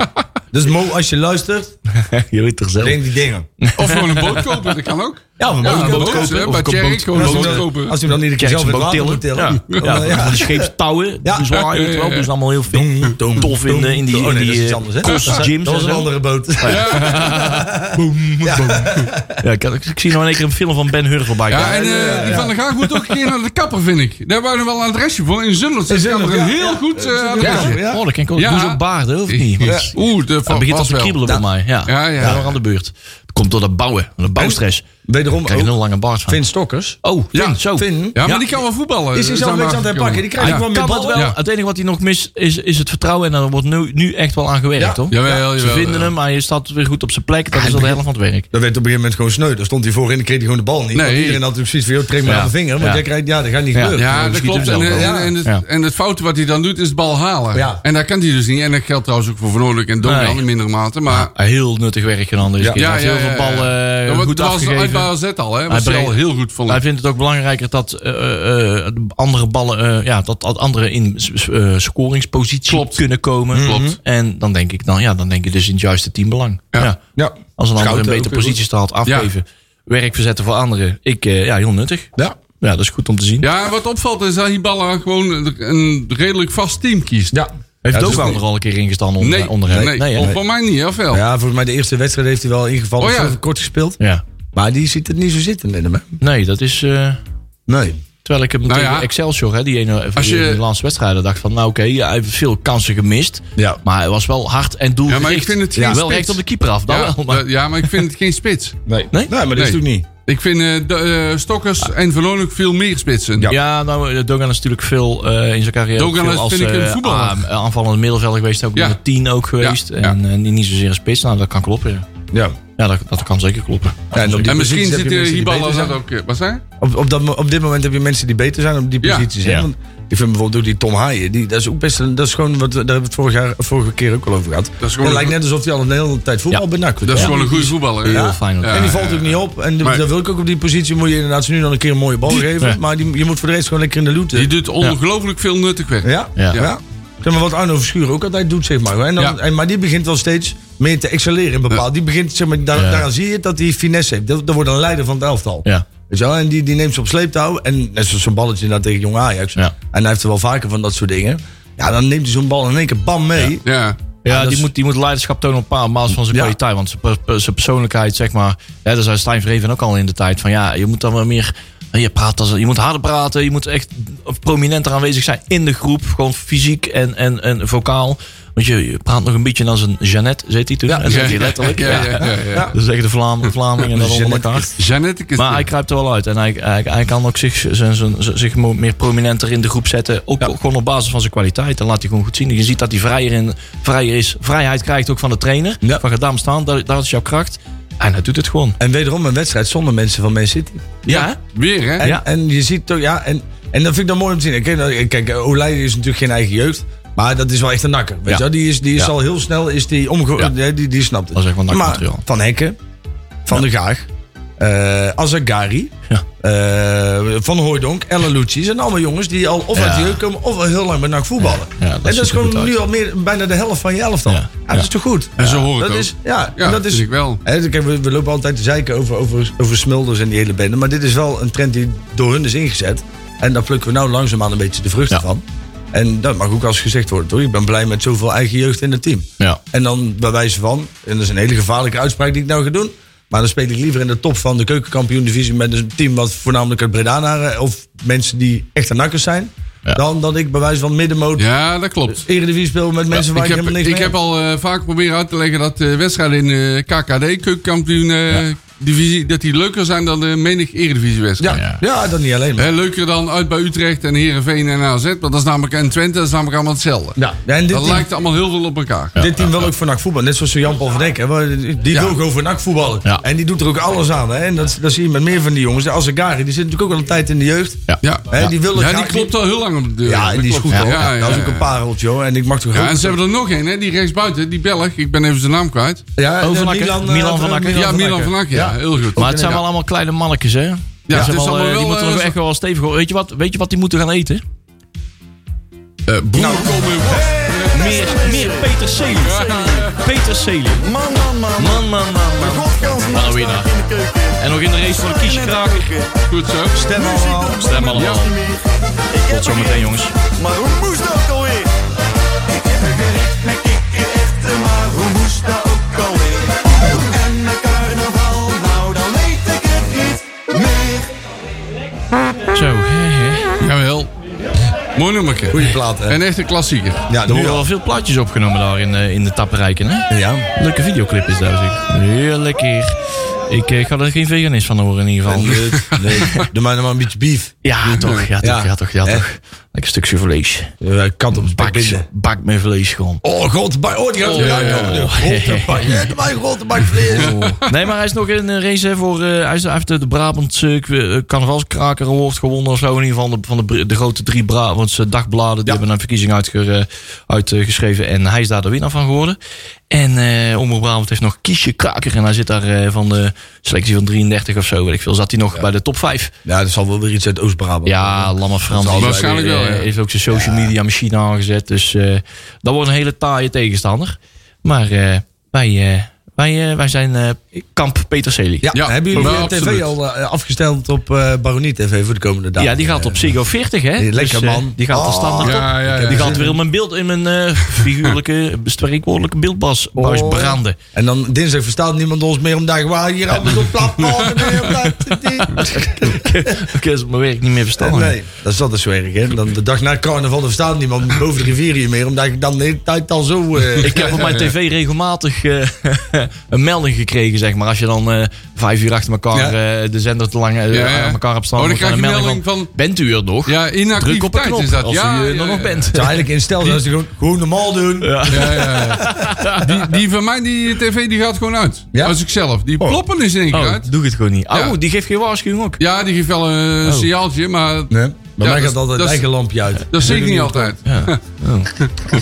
Dus Mo, als je luistert, Je weet er zelf. denk die dingen. Of gewoon een boot kopen, dat kan ook. Ja, we Ja, mogen een boot boot kopen. kopen. hè, Of Bij een Tjerk boot- gewoon een Als hij boot dan- kopen. als hij hem dan iedere keer Kijk, zelf in zijn het boot water tillen. moet tillen. Ja, Dan, ja. ja. Van die scheepstouwen, Ja. die zwaaien, weet je wel, dus allemaal heel veel Dong, dong, tof in, dong, de- in die, dong. Oh, in nee, die dat is iets eh, anders, hè? cross-gyms Dat en was een zo. andere boot. Ja, ik, ik, ik zie nou in één keer een film van Ben Hur voorbij Ja, komen. en eh, ja, ja. die Van der Gaag moet ook een keer naar de kapper, vind ik. Daar waren we wel een adresje voor. In Zundert In zit er Zundert, een ja, heel ja. goed eh, Ja. adresje. Ja. Oh, dat ken ik ook. Ja. Doen ze ook baarden, of niet? Ja. Want Oeh, de het begint al was te wel. kriebelen bij mij. Ja, Ja, ja. ja. aan de beurt. Komt door dat bouwen, door de bouwstress. Wederom Ik krijg een ook heel lange baard van. Finn Stokkers. Oh, Finn, Ja, zo. Finn, Ja, maar Ja. die kan wel voetballen. is hij zelf een beetje aan het herpakken. Die krijgt Ja. gewoon Kan meer dat bal. wel. Ja. Het enige wat hij nog mist is, is het vertrouwen. En daar wordt nu, nu echt wel aan gewerkt, Ja. toch? Jawel, Ze jawel, vinden ja. hem, maar hij staat weer goed op zijn plek. Dat Hij is al de begint- helft van het werk. Dat werd op een gegeven moment gewoon sneu. Daar stond hij voorin en kreeg hij gewoon de bal niet. Nee. Want iedereen had natuurlijk zoiets van, joh, trek me Ja. aan de vinger. Want Ja. jij krijgt, ja, dat gaat niet Ja. gebeuren. Ja, dat schiet klopt. hem En, zelf en, wel. en, het, Ja. en het foute wat hij dan doet, is de bal halen. Ja. En dat kan hij dus niet. En dat geldt trouwens ook voor Van Oorlijk en Dogan Nee. in mindere mate. Maar Heel nuttig werk gedaan deze Ja. keer. Hij heeft heel veel ballen eh, Dat goed was uit afgegeven. bij A Z al, hè? Was Hij hij al brengt- heel goed vond Hij ik. vindt het ook belangrijker dat eh, eh, andere ballen, eh, ja, dat, dat andere in uh, scoringspositie Klopt. kunnen komen. Klopt. En dan denk ik dan, ja, dan denk je dus in het juiste teambelang. Ja. Ja. Ja. Als een ander Schouten een ook betere weer positie staat, afgeven, werk verzetten voor anderen. Ik, eh, ja, heel nuttig. Ja. Ja, dat is goed om te zien. Ja, wat opvalt is dat Hiballa gewoon een redelijk vast team kiest. Ja. Heeft Ja, ook dat is wel goed. er al een keer ingestaan onder, Nee, onder hem. nee, nee, hè? of voor mij niet, of wel? Ja, volgens mij de eerste wedstrijd heeft hij wel ingevallen. Oh ja. Veel kort gespeeld. Ja. Maar die ziet het niet zo zitten in hem. hè? Nee, dat is... eh, Nee. terwijl ik hem Nou tegen ja. Excelsior, hè, die ene Als je- in de laatste wedstrijden, dacht van, nou oké, ja, hij heeft veel kansen gemist. Ja. Maar hij was wel hard en doelgericht. Ja, maar ik vind het geen Ja, wel spits. recht op de keeper af, dat Ja, wel. Maar, dat- ja, maar ik vind het geen spits. Nee. Nee? maar dat is Nee. ook niet. Ik vind eh, de, eh, Stokkers en Van Oorlijk veel meer spitsen. Ja. ja, nou, Dogan is natuurlijk veel eh, in zijn carrière ook Dogan veel is, als vind ik, een eh, voetballer. aan- aanvallende middenvelder geweest. Ook Ja. nummer tien ook geweest. Ja, En eh, niet, niet zozeer een spits. Nou, dat kan kloppen. Ja, Ja. ja dat, dat kan zeker kloppen. Ja, en op die En misschien posities heb zit je de mensen die Hiballa beter dat zijn. ook... eh, Wat zei je? Op, op, dat, mo- op dit moment heb je mensen die beter zijn op die Ja. posities. hè? Ja. Want ik vind bijvoorbeeld ook die Tom Haaien. Die, dat is ook best een, dat is gewoon wat we- daar hebben we het vorig jaar, vorige keer ook al over gehad. Dat is gewoon het een- lijkt net alsof hij al een hele tijd voetbal Ja. benakt. Dat is Ja. gewoon een goede voetballer. Heel Ja. fijn. ook. Ja. En die valt ook niet op. En Maar- dat wil ik ook op die positie. Moet je inderdaad zo nu dan een keer een mooie bal geven. Ja. Maar die, je moet voor de rest gewoon lekker in de loot. Die doet ongelooflijk veel nuttig werk. Ja? Ja. Ja. Zeg maar wat Arno Verschuren ook altijd doet, zeg maar. En dan, Ja. en, maar die begint wel steeds meer te excelleren in bepaald. Die begint, zeg maar, daar, Ja. daaraan zie je dat hij finesse heeft. Dat, dat wordt een leider van het elftal. Ja. Weet je wel? En die, die neemt ze op sleeptouw. En net zoals zo'n balletje inderdaad tegen Jong Ajax. Ja. En hij heeft er wel vaker van dat soort dingen. Ja, dan neemt hij zo'n bal in één keer bam mee. Ja. Ja, Ja, dat die, is- moet, die moet leiderschap tonen op een basis van zijn Ja. kwaliteit. Want zijn, per- per- zijn persoonlijkheid, zeg maar. Ja, daar zei Stijn Vreven ook al in de tijd. Van ja, je moet dan wel meer. Je, praat als, je moet harder praten. Je moet echt prominenter aanwezig zijn in de groep. Gewoon fysiek en, en, en vocaal. Want je, je praat nog een beetje als een Jeannette, zei hij toen. Ja. En zeg je letterlijk. Ja, ja, ja, ja. Ja. Dat zeggen de Vlam, Vlamingen dan onder Jeannette elkaar. Jeannette is Maar hij kruipt er wel uit. En hij, hij, hij kan ook zich, zijn, zijn, zich meer prominenter in de groep zetten. Ook Ja. gewoon op basis van zijn kwaliteit. Dan laat hij gewoon goed zien. Je ziet dat hij vrijer, in, vrijer is. Vrijheid krijgt ook van de trainer. Ja. Van ga daar maar staan, dat, dat is jouw kracht. En hij doet het gewoon. En wederom een wedstrijd zonder mensen van Man City. Ja, hè? Weer, hè? En, Ja. en je ziet toch, ja, en, en dat vind ik dan mooi om te zien. Kijk, nou, kijk Olij is natuurlijk geen eigen jeugd. Maar dat is wel echt een nakker. Weet Ja. je wel? Die is, die is Ja. al heel snel, is die omge... Ja. Nee, die, die snapt het. Dat is echt wel maar nakmateriaal. Van Hekken, Van der Gaag, eh Azagari, Ja. eh, Van Hooijdonk, Ellen Lucci. Zijn allemaal jongens die al of Ja. uit de jeugd komen of al heel lang bij N A C voetballen. Ja, dat en dat ziet is er goed gewoon uit. nu al meer, bijna de helft van je elftal. Ja. Ja. Ja. Dat is toch goed? En zo Ja. hoor ik dat ook. is, ja, Ja, en dat dat is, vind ik wel. Hè, kijk, we, we lopen altijd te zeiken over, over, over Smulders en die hele bende. Maar dit is wel een trend die door hun is ingezet. En daar plukken we nou langzaamaan een beetje de vruchten Ja. van. En dat mag ook als gezegd worden, toch? Ik ben blij met zoveel eigen jeugd in het team. Ja. En dan bij wijze van, en dat is een hele gevaarlijke uitspraak die ik nou ga doen. Maar dan speel ik liever in de top van de keukenkampioen-divisie met een team wat voornamelijk uit Bredanaren of mensen die echt nakkers zijn. Ja. Dan dat ik bij wijze van middenmoot Ja, dat klopt. eredivisie speel met mensen waar Ik ik, heb, helemaal niks ik mee heb al eh, vaak proberen uit te leggen dat de wedstrijden in de K K D, keukenkampioen eh, divisie, dat die leuker zijn dan de menig eredivisiewedstrijd. Ja, ja, dat niet alleen maar. Hè, leuker dan uit bij Utrecht en Heerenveen en A Z, want dat is namelijk en Twente, dat is namelijk allemaal hetzelfde. Ja, ja, en dit Dat team, lijkt allemaal heel veel op elkaar. dit team wil ook voor N A C voetballen. Net zoals Jan-Paul van Dijk. hè, waar- Die Ja. wil gewoon voor N A C voetballen. Ja. En die doet er ook alles aan. Hè. En dat, dat zie je met meer van die jongens. De Azagari, die zit natuurlijk ook al een tijd in de jeugd. Ja. Ja, Hè, die wil ja graag- die klopt al heel lang op de deur. Ja, en Dat die is klopt. goed hoor. Ja, ja, dat is ook ja. een pareltje hoor. En ik mag toch Ja, ook- en ze hebben er nog één, hè, die rechtsbuiten, die Belg. Ik ben even zijn naam kwijt. Ja, Oh, de Van Akker. Milan, Milan eh, van Akker. Ja, Milan van Akker, ja, heel goed. Maar het zijn Ja. wel allemaal kleine mannetjes, hè? Ja, het is wel, allemaal eh, wel, die moeten eh, nog zo- echt wel stevig. Weet je, wat, weet je wat die moeten gaan eten? Eh, broer, kom in. Meer, meer peterselie. Peterselie. Man, man, man. Man, man, man, man. Godkans Wat een winnaar. in de keuken. En nog in de race voor de kiesjekraker. Goed zo. Stem allemaal. Stem allemaal. Tot zometeen, jongens. Maar hoe moest dat ook alweer? Ik heb een gerecht met kikkererwten, maar hoe moest dat ook alweer? En met carnaval, nou dan weet ik het niet meer. Zo, hè, hè. Jawel. Moet Mooi nummerke. Goeie plaat, hè? En echt een klassieker. Ja, Er nu worden al. wel veel plaatjes opgenomen daar in, uh, in de Tapperijken, hè? Ja. Leuke videoclip is daar, zeg. Heel lekker. Ik uh, ga er geen veganist van horen, in ieder geval. Nee, nee. Doe mij nog maar een beetje beef. Ja, toch, ja, toch, Ja. ja, toch, ja, Hè? toch. Lekker stukje vlees. Uh, kant op het spek Bak, binden. bak met vlees gewoon. Oh, grote bak. Oh, die gaat weer ja, ja, aankomen. ja. Grote bak. Ja, doe mij een grote bak vlees. Oh. Nee, maar hij is nog in een race hè, voor. Uh, hij, is, hij heeft de Brabantse uh, carnavalskraker award gewonnen of zo. In ieder geval de, van de, de grote drie Brabantse dagbladen. Die Ja. hebben een verkiezing uitge, uitgeschreven. En hij is daar de winnaar van geworden. En uh, Omroep Brabant heeft nog Kiesje Kraker. En hij zit daar uh, van de selectie van drieëndertig of zo. Weet ik veel. Zat hij nog bij de top vijf. Ja, dat zal wel weer iets uit Oost-Brabant. Ja, Lamme Frans. zal waarschijnlijk wel, ja. Heeft ook zijn social media machine aangezet. Dus uh, dat wordt een hele taaie tegenstander. Maar uh, wij, uh, wij, uh, wij zijn uh, kamp Peterselie. Ja, Ja, hebben jullie maar de tv absoluut. al uh, afgesteld op uh, Baronie T V voor de komende dagen? Ja, die gaat op Ziggo veertig, hè? Die lekker, Dus, uh, man. Die gaat er Oh. standaard op. Ja, ja, ja. Die gaat weer in mijn beeld, in mijn uh, figuurlijke, spreekwoordelijke beeldbas buis Oh. branden. En dan dinsdag verstaat niemand ons meer omdat we hier allemaal op platformen. Ik kan mijn werk niet meer verstaan. Nee, dat is altijd zo erg, hè? Dan de dag na carnaval er verstaat niemand boven de rivier hier meer, omdat ik dan de hele tijd al zo... Uh, Ik heb op mijn tv regelmatig uh, een melding gekregen, zeg maar. Als je dan uh, vijf uur achter elkaar Ja. uh, de zender te lang uh, Ja, ja. aan elkaar hebt staan. Oh, dan wordt krijg je een melding van... Bent u er nog? Ja, Druk op de inactiviteit knop is dat. als Ja, u uh, ja, er nog ja. bent. zou eigenlijk in stel dat ze gewoon, gewoon normaal doen. Ja. Ja, ja. Die, die van mij, die tv, die gaat gewoon uit. Ja? Als ik zelf. Die Oh. ploppen is in één keer Oh, uit. doe ik het gewoon niet. Oh, Ja. die geeft geen waarschuwing ook. Ja, die geeft wel een Oh. signaaltje, maar Nee, bij Ja, mij dat- gaat altijd dat het is- eigen lampje uit. dat zie ik niet altijd. Ja. Oh.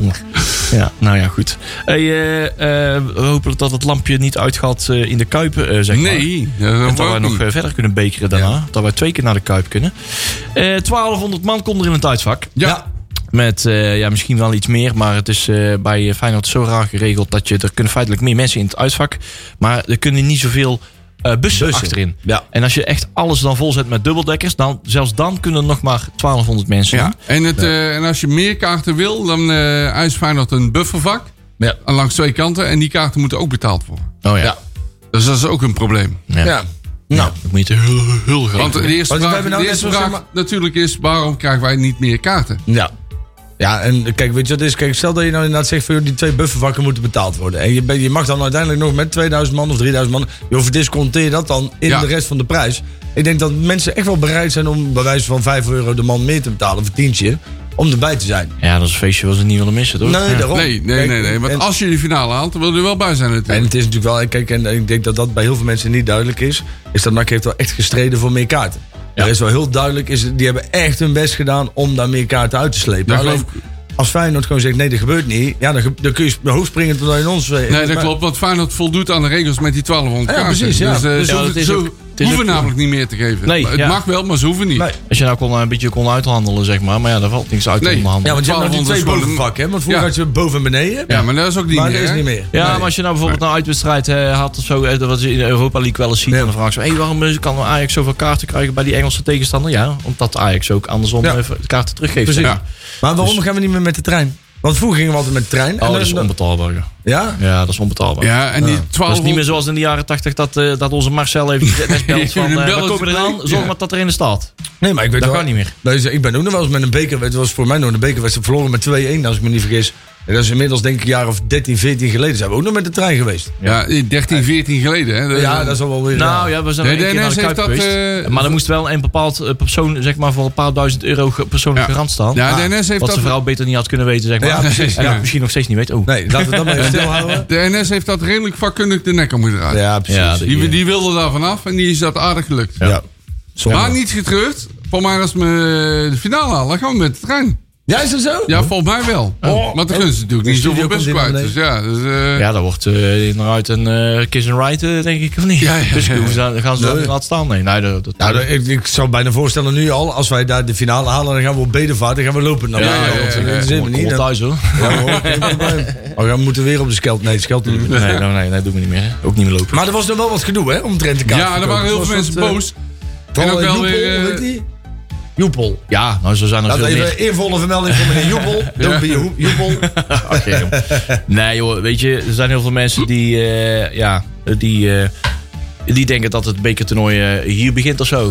Ja, nou ja, goed. Hey, uh, uh, we hopen dat het lampje niet uitgaat uh, in de Kuip, uh, zeg maar. Nee, ja, dat En hoeft dat wij ook nog niet. uh, verder kunnen bekeren daarna. Dat wij twee keer naar de Kuip kunnen. Uh, twaalfhonderd man komt er in het uitvak. Ja, Met uh, ja, misschien wel iets meer. Maar het is uh, bij Feyenoord zo raar geregeld dat je... Er kunnen feitelijk meer mensen in het uitvak. Maar er kunnen niet zoveel uh, bussen, Bussen. achterin. Ja. En als je echt alles dan volzet met dubbeldekkers... Dan, zelfs dan kunnen er nog maar twaalfhonderd mensen ja. in. En, het, uh, en als je meer kaarten wil, dan uh, eist Feyenoord een buffervak. Ja. Aan langs twee kanten. En die kaarten moeten ook betaald worden. Oh ja. Ja. Dus dat is ook een probleem. Ja. Ja. Nou, dat moet je te heel, heel graag Want de doen. eerste Want wij vraag, hebben nou de net eerste zo, vraag zeg maar- natuurlijk is... waarom krijgen wij niet meer kaarten? Ja. Ja, en kijk, weet je wat het is? Kijk, stel dat je nou inderdaad zegt van joh, die twee buffervakken moeten betaald worden. En je, ben- je mag dan uiteindelijk nog met tweeduizend man of drieduizend man, je verdisconteer dat dan in Ja. de rest van de prijs. Ik denk dat mensen echt wel bereid zijn om bij wijze van vijf euro de man meer te betalen voor tientje, om erbij te zijn. Ja, dat is een feestje wat ze niet willen missen, toch? Nee, Ja. daarom. Nee, nee, Kijk, nee. nee. Want en- als je die finale haalt, dan wil je er wel bij zijn En natuurlijk. het is natuurlijk wel, kijk, en ik denk dat dat bij heel veel mensen niet duidelijk is, is dat N A C heeft wel echt gestreden voor meer kaarten. Ja. Er is wel heel duidelijk, is, die hebben echt hun best gedaan om daar meer kaarten uit te slepen. Ja, Alleen, geloof ik. als Feyenoord gewoon zegt, nee, dat gebeurt niet, ja, dan, ge- dan kun je hoog springen totdat je in ons... Nee, dat klopt. Want Feyenoord voldoet aan de regels met die twaalfhonderd Ja, kaarten. precies, ja. Dus, uh, Dus ze ja, het is ze ook- het is hoeven ook- namelijk niet meer te geven. Nee, Maar het ja. mag wel, maar ze hoeven niet. Nee. Als je nou kon, een beetje kon uithandelen, zeg maar. Maar ja, daar valt niks uit te Nee. onderhandelen. Ja, want je hebt nou die twee twaalfhonderd is gewoon bovenvakken, hè? Want vroeger Ja. had je boven en beneden. Ja, maar dat is ook niet maar meer. dat is hè? niet meer. Ja, Nee. maar als je nou bijvoorbeeld een uitwedstrijd eh, had of zo, eh, wat je in de Europa League wel eens ziet, Ja. en dan vraag je zo, hey, waarom eh, kan Ajax zoveel kaarten krijgen bij die Engelse tegenstander? Ja, omdat Ajax ook andersom Ja. eh, de kaarten teruggeeft. Precies. Ja. Maar waarom Dus- gaan we niet meer met de trein? Want vroeger gingen we altijd met de trein. Oh, En dat is dan- onbetaalbaar. Ja, Ja? ja dat is onbetaalbaar. Ja, en die Dat is niet twaalfhonderd... meer zoals in de jaren tachtig dat, eh, dat onze Marcel even net belt van, Een eh, we belletje komen eraan, breekt. zorg Ja. maar dat er in de staat. Nee, maar ik weet Dat wel. gaat niet meer. Dat is- ik ben ook nog wel eens met een beker. Het was voor mij nog een bekerwedstrijd verloren met twee-een, als ik me niet vergis. En dat is inmiddels denk ik een jaar of dertien, veertien geleden. Zijn we ook nog met de trein geweest. Ja, dertien, veertien geleden. Hè? Ja, dat is al wel weer... Nou ja, we zijn Nee, er de één keer naar N S de Kuip heeft dat, geweest. eh, maar er moest wel een bepaald eh, persoon, zeg maar, voor een paar duizend euro ge- persoonlijk Ja. garant staan. Ja, de N S heeft Wat dat... zijn vrouw beter niet had kunnen weten, zeg maar. Ja, precies, En ja. dat misschien nog steeds niet weet. Oh. Nee, laten we dat maar even stilhouden. De N S heeft dat redelijk vakkundig de nek om gedraaid. Ja, precies. Ja, Ja, Die, die wilde daar vanaf en die is dat aardig gelukt. Zonde. Maar niet getreurd. Voor mij als we de finale halen, dan gaan we met de trein. Ja, is dat zo? Ja, volgens mij wel. Oh. Want dan kunnen ze natuurlijk niet De zoveel studio bus komt in kwijt. naar Dus ja, dus, eh, Ja, dat wordt uh, inderdaad een uh, kiss and ride, uh, denk ik, of niet? Ja, ja, Dus ja. gaan, gaan ze dat Nee. niet laten staan? Nee, nee dat, dat, Nou, dat- ik, ik zou bijna voorstellen nu al, als wij daar de finale halen, dan gaan we op bedevaart, dan gaan we lopen naar Ja, beneden. ja, Want ja, ja. dat is helemaal kom niet. wel Dan- thuis, hoor. Ja, hoor, geen probleem. Oh, we moeten weer op de skelt. Nee, de skelt niet meer. Nee, nee, nee, nee, doen we niet meer. Hè. Ook niet meer lopen. Maar er was nog wel wat gedoe, hè, om Trent te kaart ja, er waren heel veel mensen boos. En ook wel weer... eh, weet die? Joepel. Ja, nou, zo zijn er Laat veel meer. even eervolle vermelding van meneer Joepel. Don't be a Joepel. Oké, joh. Nee, joh, weet je, er zijn heel veel mensen die, uh, ja, die, uh, die denken dat het bekertoernooi uh, hier begint of zo.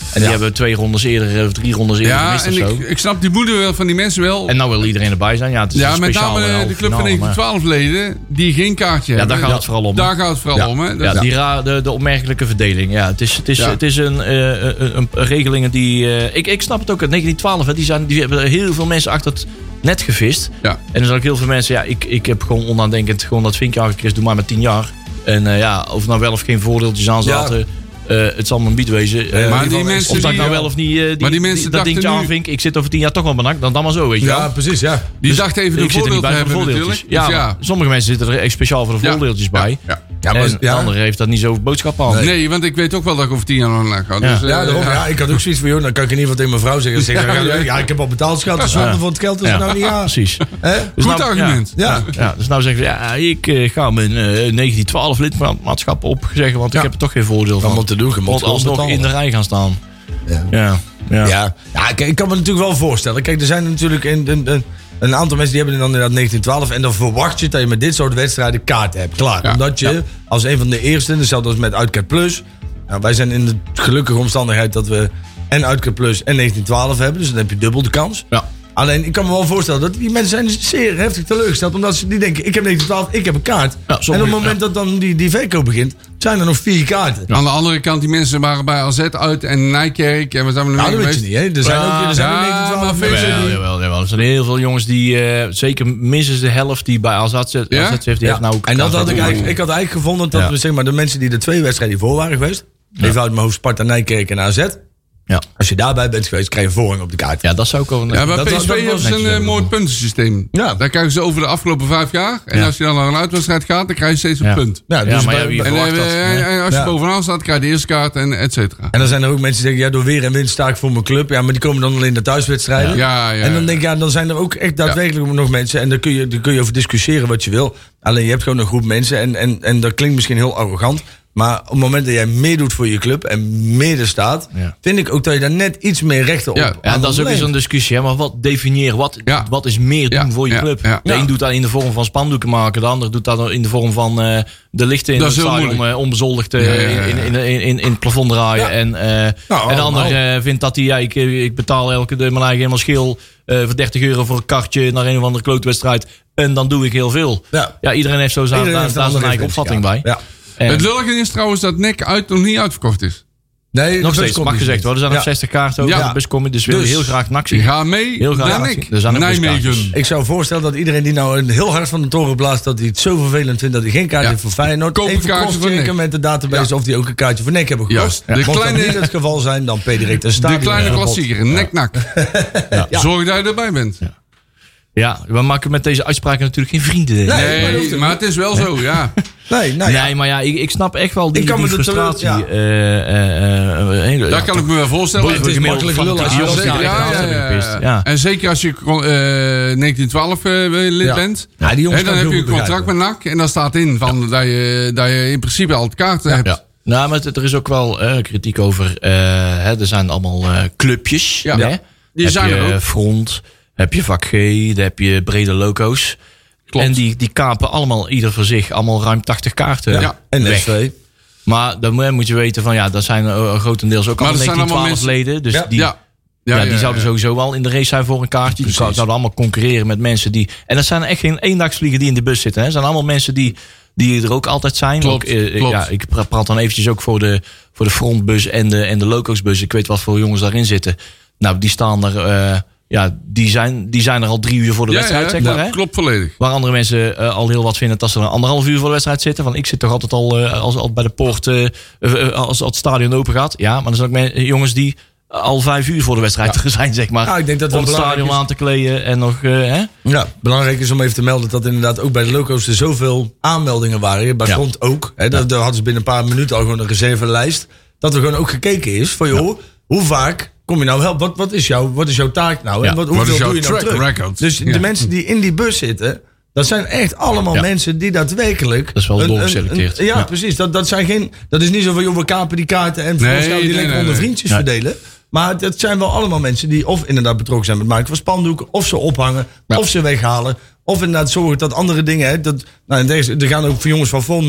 En die hebben twee rondes eerder of drie rondes eerder Ja, gemist en of zo. ik, ik snap die moeder wel van die mensen wel. En nou wil iedereen erbij zijn. Ja, het is ja, een met speciale name de halve club van finale, maar- negentien twaalf leden die geen kaartje Ja, hebben. daar gaat het vooral om. Daar gaat het vooral Ja. om. Hè. Ja, Dat- die ra- de, de opmerkelijke verdeling. Ja, het is, het is, Ja. het is een, eh, een, een, een regelingen die... eh, ik, ik snap het ook. uit negentien twaalf, hè, die, zijn, die hebben heel veel mensen achter het net gevist. Ja. En er zijn ook heel veel mensen... Ja, ik, ik heb gewoon onnadenkend gewoon dat vinkje aangekregen. Doe maar met tien jaar. En uh, ja, of nou wel of geen voordeeltjes aan zaten... Ja. Uh, het zal mijn bied wezen. Uh, maar die mensen of dat ik die, nou wel of niet uh, die, maar die mensen die, dat dingetje nu, aanvink. Ik zit over tien jaar toch wel benakt. Dan dan maar zo, weet je Ja, wel. precies, ja. Die Dus dachten even de ik zit er voordeel niet te bij voor de hebben voordeeltjes. natuurlijk. Ja, Dus ja. sommige mensen zitten er echt speciaal voor de Ja. voordeeltjes bij. Ja. Ja, maar, En ja. de andere heeft dat niet zo boodschap aan. Nee. nee, want ik weet ook wel dat ik over tien jaar nog naar ga. Ja. Dus, uh, Ja, daarom, ja, ik had ook zoiets van, joh, dan kan ik in ieder geval tegen mijn vrouw zeggen. zeggen ja, ja, ja, ik heb al betaald, schat, dus zonde van het geld is er nou niet aan. Precies. Hè? Dus Goed nou, argument. Ja. Ja, dus nou zeggen we, ja, ik uh, ga mijn uh, negentien twaalf lidmaatschap opzeggen, want Ja. ik heb er toch geen voordeel van. Allemaal te doen, je moet Want gewoon alsnog betalen. in de rij gaan staan. Ja. Ja, ja. Ja, ja kijk, ik kan me natuurlijk wel voorstellen. Kijk, er zijn natuurlijk een, een, een, een aantal mensen die hebben dan inderdaad negentien twaalf. En dan verwacht je dat je met dit soort wedstrijden kaarten hebt. Klaar. Ja, Omdat je ja. als een van de eerste, hetzelfde als met Uitkert Plus. Nou, wij zijn in de gelukkige omstandigheid dat we en Uitkert Plus en negentien twaalf hebben. Dus dan heb je dubbel de kans. Ja. Alleen, ik kan me wel voorstellen dat die mensen zijn zeer heftig teleurgesteld. Omdat ze die denken, ik heb negentien twaalf, ik heb een kaart. Ja, en sommige- op het moment dat dan die, die verkoop begint, zijn er nog vier kaarten. Aan de andere kant, die mensen waren bij A Z uit en Nijkerk. En we zijn er Nou, mee dat weet je geweest. niet, hè. Er zijn ook er zijn Ja, ook negentien twaalf maar mensen veel- Jawel, die- jawel, jawel. Er zijn heel veel jongens die, uh, zeker minstens de helft die bij A Z zit, Ja? A Z heeft, die heeft nou ook en dat kaart had ik voor. eigenlijk, ik had eigenlijk gevonden dat Ja. we zeg maar, de mensen die de twee wedstrijden hiervoor waren geweest, even uit mijn hoofd Sparta, Nijkerk en A Z. Ja. Als je daarbij bent geweest, krijg je voorrang op de kaart. Ja, dat zou ik ook... Ja, bij Dat- P S dat- V dat hebben was ze een netjes uh, hebben mooi we. puntensysteem. Ja. Daar kijken ze over de afgelopen vijf jaar. En Ja. als je dan naar een uitwedstrijd gaat, dan krijg je steeds een Ja. punt. Ja, dus Ja, maar bij- ja, wie bij- En, verwacht uh, dat, en- hè? en als je Ja. bovenaan staat, krijg je de eerste kaart en et cetera. en dan zijn er ook mensen die zeggen, ja, door weer en wind sta ik voor mijn club. Ja, maar die komen dan alleen de thuiswedstrijden. Ja, ja. En dan denk ik, ja, dan zijn er ook echt daadwerkelijk nog mensen. En daar kun, je, daar kun je over discussiëren wat je wil. Alleen je hebt gewoon een groep mensen. En, en, en dat klinkt misschien heel arrogant. Maar op het moment dat jij meer doet voor je club en meer er staat, Ja. vind ik ook dat je daar net iets meer rechten op Ja. aan Ja, dat is ook ontleent. weer zo'n discussie. Hè? Maar wat definieer, wat, Ja. wat is meer doen Ja, voor je ja, club? ja. De een Ja. doet dat in de vorm van spandoeken maken. De ander doet dat in de vorm van uh, de lichten in Dat het is heel stadion moeilijk. uh, onbezoldigd uh, Ja, ja, ja. in, in, in, in, in het plafond draaien. Ja. En, uh, Nou, en de ander allemaal. uh, vindt dat hij, ja, ik, ik betaal elke de mijn eigen helemaal schil uh, voor dertig euro voor een kartje naar een of andere klootwedstrijd. En dan doe ik heel veel. Ja. Ja, iedereen heeft zo zijn, Iedereen daar, heeft een daar zijn andere eigen opvatting bij. referentie, En Het lullige is trouwens dat N E C uit nog niet uitverkocht is. Nee, nog de steeds, mag buscombi gezegd niet. worden. Er zijn nog Ja. zestig kaarten over Ja. de buscombi. Dus we willen Dus- heel graag NAC Die zien. gaan mee Heel graag naar naar N E C. er zijn ook Nijmegen. buskaartjes. Ik zou voorstellen dat iedereen die nou een heel hard van de toren blaast, dat hij het zo vervelend vindt dat hij geen kaart Ja. heeft voor Feyenoord. Koop een Even kaartje voor crosschecken N E C. met de database Ja. of die ook een kaartje voor N E C hebben gekocht. Juist. Ja. De Mocht kleine- dat niet het geval zijn, dan P direct een De stadion. kleine verbod. klassieker, N E C-N A C. Ja. Zorg dat je erbij bent. Ja, we maken met deze uitspraken natuurlijk geen vrienden. Nee, maar dat Nee, hoeft ook maar niet. het is wel zo, ja. Nee, nou ja. Nee, maar ja, ik, ik snap echt wel die, Ik kan die me dat frustratie. wel- ja. eh, eh, eh, hele- Dat ja, kan ik me wel voorstellen. Het is gemiddeld makkelijk van lullen als de je Ja, dat zeker, zegt. ja, ja, ja, gepist. ja. Ja. En zeker als je eh negentien twaalf eh, lid Ja. bent. Ja, die jongens Hè, dan kan ik heb je heel een goed contract met begrijpen. N A C. En daar staat in van dat, je, dat je in principe al het kaarten hebt. Ja. Nou, maar het- er is ook wel eh, kritiek over. eh, hè, er zijn allemaal eh, clubjes. Ja. Hè? Ja. Die heb zijn je er ook. Front, heb je vak G, dan heb je brede loco's. Klopt. En die, die kapen allemaal ieder voor zich allemaal ruim tachtig kaarten. Ja. En weg. S V. Maar dan moet- moet je weten van ja, dat zijn uh, grotendeels ook Maar allemaal er zijn negentien allemaal twaalf leden. Dus Ja. die, Ja. Ja, die zouden sowieso wel in de race zijn voor een kaartje. Die Precies. zouden allemaal concurreren met mensen die... En dat zijn echt geen eendagsvliegen die in de bus zitten. Hè. Het zijn allemaal mensen die, die er ook altijd zijn. Klopt, ook, eh, klopt. Ja, ik pra- praat dan eventjes ook voor de, voor de frontbus en de, en de locosbus. Ik weet wat voor jongens daarin zitten. Nou, die staan er... eh, ja, die zijn, die zijn er al drie uur voor de Ja, wedstrijd, ja, zeg maar. dat Hè? klopt volledig. Waar andere mensen eh, al heel wat vinden dat ze er anderhalf uur voor de wedstrijd zitten. Van ik zit toch altijd al eh, als al bij de poort eh, eh, als, als het stadion open gaat. Ja, maar er zijn ook men- jongens die al vijf uur voor de wedstrijd er zijn, zeg maar. Nou, ik denk dat het om het wel stadion belangrijk aan te kleden en nog... eh, hè? Ja, belangrijk is om even te melden dat inderdaad ook bij de loco's er zoveel aanmeldingen waren. Bij Ja. Front ook. Hè, daar, daar hadden ze binnen een paar minuten al gewoon een reservelijst. Dat er gewoon ook gekeken is van joh, hoe vaak kom je nou helpen? Wat, wat, is jouw, wat is jouw taak nou? Ja. En wat, Wat hoeveel is jouw doe je nou track terug? record? Dus Ja. de mensen die in die bus zitten, dat zijn echt allemaal Ja. mensen die daadwerkelijk... Dat is wel een- een- doorgeselecteerd. een- Ja, Ja. precies. Dat, dat, zijn geen, dat is niet zo van joh, we kapen die kaarten en vervolgens Nee, gaan we die nee, lekker nee, onder nee. vriendjes Nee. verdelen. Maar het, het zijn wel allemaal mensen die of inderdaad betrokken zijn met het maken van spandoeken, of ze ophangen, Ja. of ze weghalen. Of inderdaad zorgen dat andere dingen. Hè, dat, nou, en deze, er gaan ook voor jongens van Front mee.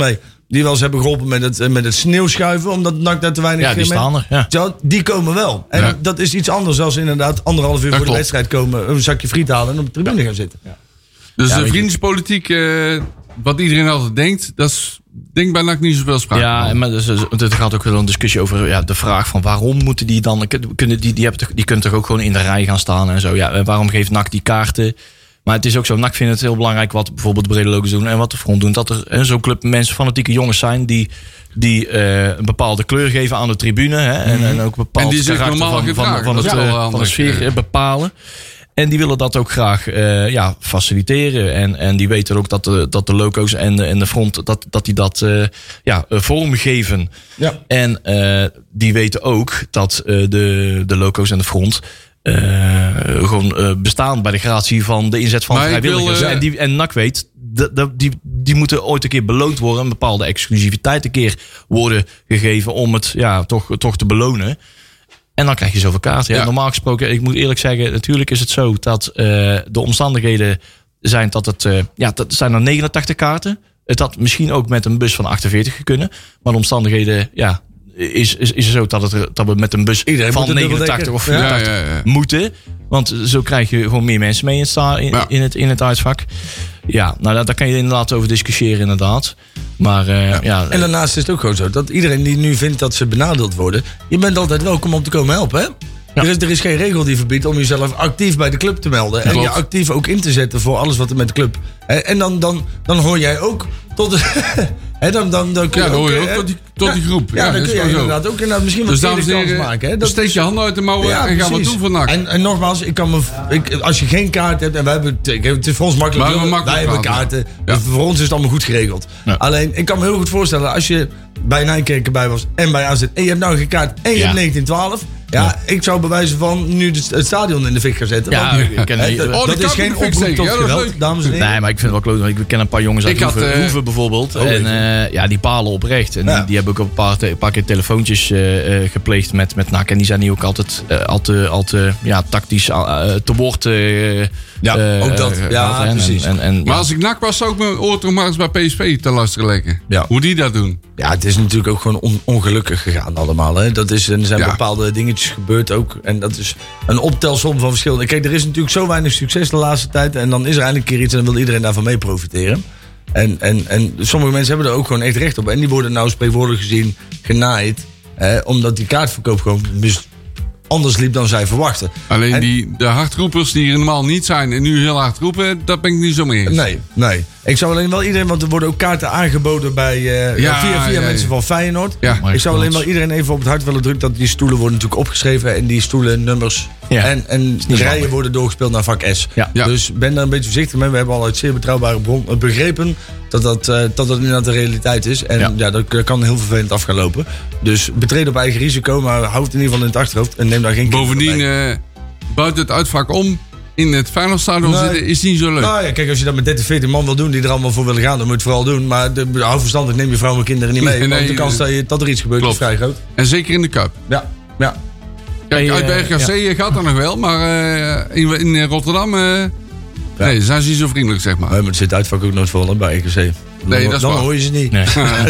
die wel eens hebben geholpen met het, met het sneeuwschuiven, omdat N A C daar te weinig... Ja, die mee- staan er. Ja. Zo, die komen wel. En Ja. dat is iets anders dan inderdaad anderhalf uur Dat voor de klopt. wedstrijd komen, een zakje friet halen en op de tribune gaan zitten. Dus Ja, de weet je- vriendjespolitiek, eh, wat iedereen altijd denkt, dat is denk ik bij N A C niet zoveel sprake Ja, van. en maar dus, het gaat ook wel een discussie over ja, de vraag van waarom moeten die dan... Kunnen die, die, hebben toch, die kunnen toch ook gewoon in de rij gaan staan en zo. Ja, en waarom geeft N A C die kaarten? Maar het is ook zo, N A C vindt het heel belangrijk wat bijvoorbeeld de Brede Locos doen en wat de Front doen. Dat er en zo'n club mensen, fanatieke jongens zijn die, die uh, een bepaalde kleur geven aan de tribune. Hè, en, en ook een bepaald En die zich karakter normaal van, van, gedragen, van, dat het, is wel uh, van handig, de sfeer uh, bepalen. En die willen dat ook graag uh, ja, faciliteren. En, en die weten ook dat de, dat de loco's en de, en de front dat, dat die dat uh, ja, uh, vormgeven. Ja. En uh, die weten ook dat uh, de, de loco's en de front uh, gewoon uh, bestaan bij de gratie van de inzet van Maar ik vrijwilligers. wil, uh, en, die, en N A C weet, de, de, die, die moeten ooit een keer beloond worden. Een bepaalde exclusiviteit een keer worden gegeven om het ja, toch, toch te belonen. En dan krijg je zoveel kaarten. Ja, Ja. Normaal gesproken, ik moet eerlijk zeggen, natuurlijk is het zo dat uh, de omstandigheden zijn dat het, uh, ja, dat zijn er negenentachtig kaarten. Het had misschien ook met een bus van achtenveertig kunnen. Maar de omstandigheden, ja, is, is, is zo dat, het, dat we met een bus Iedereen van moet een negenentachtig of dubbeldekker. Ja, vierentachtig ja, ja. moeten. Want zo krijg je gewoon meer mensen mee in, sta, in, Ja. in, het, in het uitvak. Ja, nou daar, daar kan je inderdaad over discussiëren inderdaad. Maar uh, ja. ja En daarnaast is het ook gewoon zo dat iedereen die nu vindt dat ze benadeeld worden, je bent altijd welkom om te komen helpen, hè? Ja. Er, is, er is geen regel die verbiedt om jezelf actief bij de club te melden. En Klopt. je actief ook in te zetten voor alles wat er met de club. Hè, en dan, dan, dan hoor jij ook tot de... Hè, dan, dan, dan kun Ja, je dan hoor je hè, ook tot die, tot die groep. Ja, Ja, dan dat kun is je gewoon zo. inderdaad ook inderdaad misschien wat Dus dames tweede en kans heren, maken. Hè? Dat steek is- je handen uit de mouwen Ja, en ga wat precies. doen voor N A C. En, en nogmaals, ik kan me, ik, als je geen kaart hebt, en wij hebben, ik- het is voor ons makkelijk, Maar we wij, makkelijk hebben praten. kaarten, Ja. dus voor ons is het allemaal goed geregeld. Ja. Alleen, ik kan me heel goed voorstellen, als je bij Nijkerk erbij was en bij A Z, en je hebt nou geen kaart en je Ja. hebt negentien twaalf, ja, ik zou bewijzen van nu het, het stadion in de fik gaan zetten. Ja, want, ik ken- hè, dat, Oh, dat die is kan geen in de fik oproep steken. tot Ja, dat is geweld, leuk. dames en heren. Nee, maar ik vind het wel kloot. want Ik ken een paar jongens uit Ik had, Hoeven, eh, Hoeven bijvoorbeeld. Oh, en weet uh, ja, die palen oprecht. En Ja. die, die hebben ook een paar, te- een paar keer telefoontjes uh, uh, gepleegd met, met N A C. En die zijn nu ook altijd uh, al te, al te ja, tactisch uh, te woord. Uh, Ja, uh, ook dat. uh, Ja, gehad, hè. precies. En, en, en, Maar ja. als ik N A C was, zou ik mijn oor toch maar eens bij P S V te luisteren leggen. Ja. Hoe die dat doen. Ja, het is natuurlijk ook gewoon on- ongelukkig gegaan allemaal. Hè. Dat is, en er zijn Ja. bepaalde dingetjes gebeurd ook. En dat is een optelsom van verschillende. Kijk, er is natuurlijk zo weinig succes de laatste tijd. En dan is er eindelijk een keer iets en dan wil iedereen daarvan mee profiteren. En, en, en sommige mensen hebben er ook gewoon echt recht op. En die worden nou spreekwoordelijk gezien genaaid. Hè, omdat die kaartverkoop gewoon mis- anders liep dan zij verwachten. Alleen En- die, de hardroepers die er normaal niet zijn en nu heel hard roepen, dat ben ik niet zo mee eens. Nee, nee. Ik zou alleen wel iedereen, want er worden ook kaarten aangeboden bij, uh, Ja, via, via ja, mensen ja. van Feyenoord. Ja. Maar Ik zou alleen klopt. wel iedereen even op het hart willen drukken dat die stoelen worden natuurlijk opgeschreven en die stoelen nummers Ja. en, en de niet rijen handig. worden doorgespeeld naar vak S. Ja. Ja. Dus ben daar een beetje voorzichtig mee. We hebben al uit zeer betrouwbare bron uh, begrepen dat dat, uh, dat dat inderdaad de realiteit is. En ja, Ja. dat k- kan heel vervelend af gaan lopen. Dus betreed op eigen risico, maar houd het in ieder geval in het achterhoofd en neem daar geen kinderen Bovendien, bij. eh, buiten het uitvak om, in het Feyenoordstadion Nee. zitten, is niet zo leuk. Nou ja, kijk, als je dat met dertig, veertien man wil doen die er allemaal voor willen gaan, dan moet je het vooral doen. Maar de, hou verstandig, neem je vrouw en kinderen niet mee. Nee, want de nee, kans dat, je, dat er iets gebeurt klopt. is vrij groot. En zeker in de Kuip. Ja, ja. Kijk, Hey, uit bij eh, R K C gaat dat nog wel, maar eh, in, in Rotterdam uh, nee, zijn ze niet zo vriendelijk, zeg maar. Maar het zit uitvak ook nooit vol hè, bij R K C. Dan, Nee, dat is dan waar. hoor je ze niet. Nee.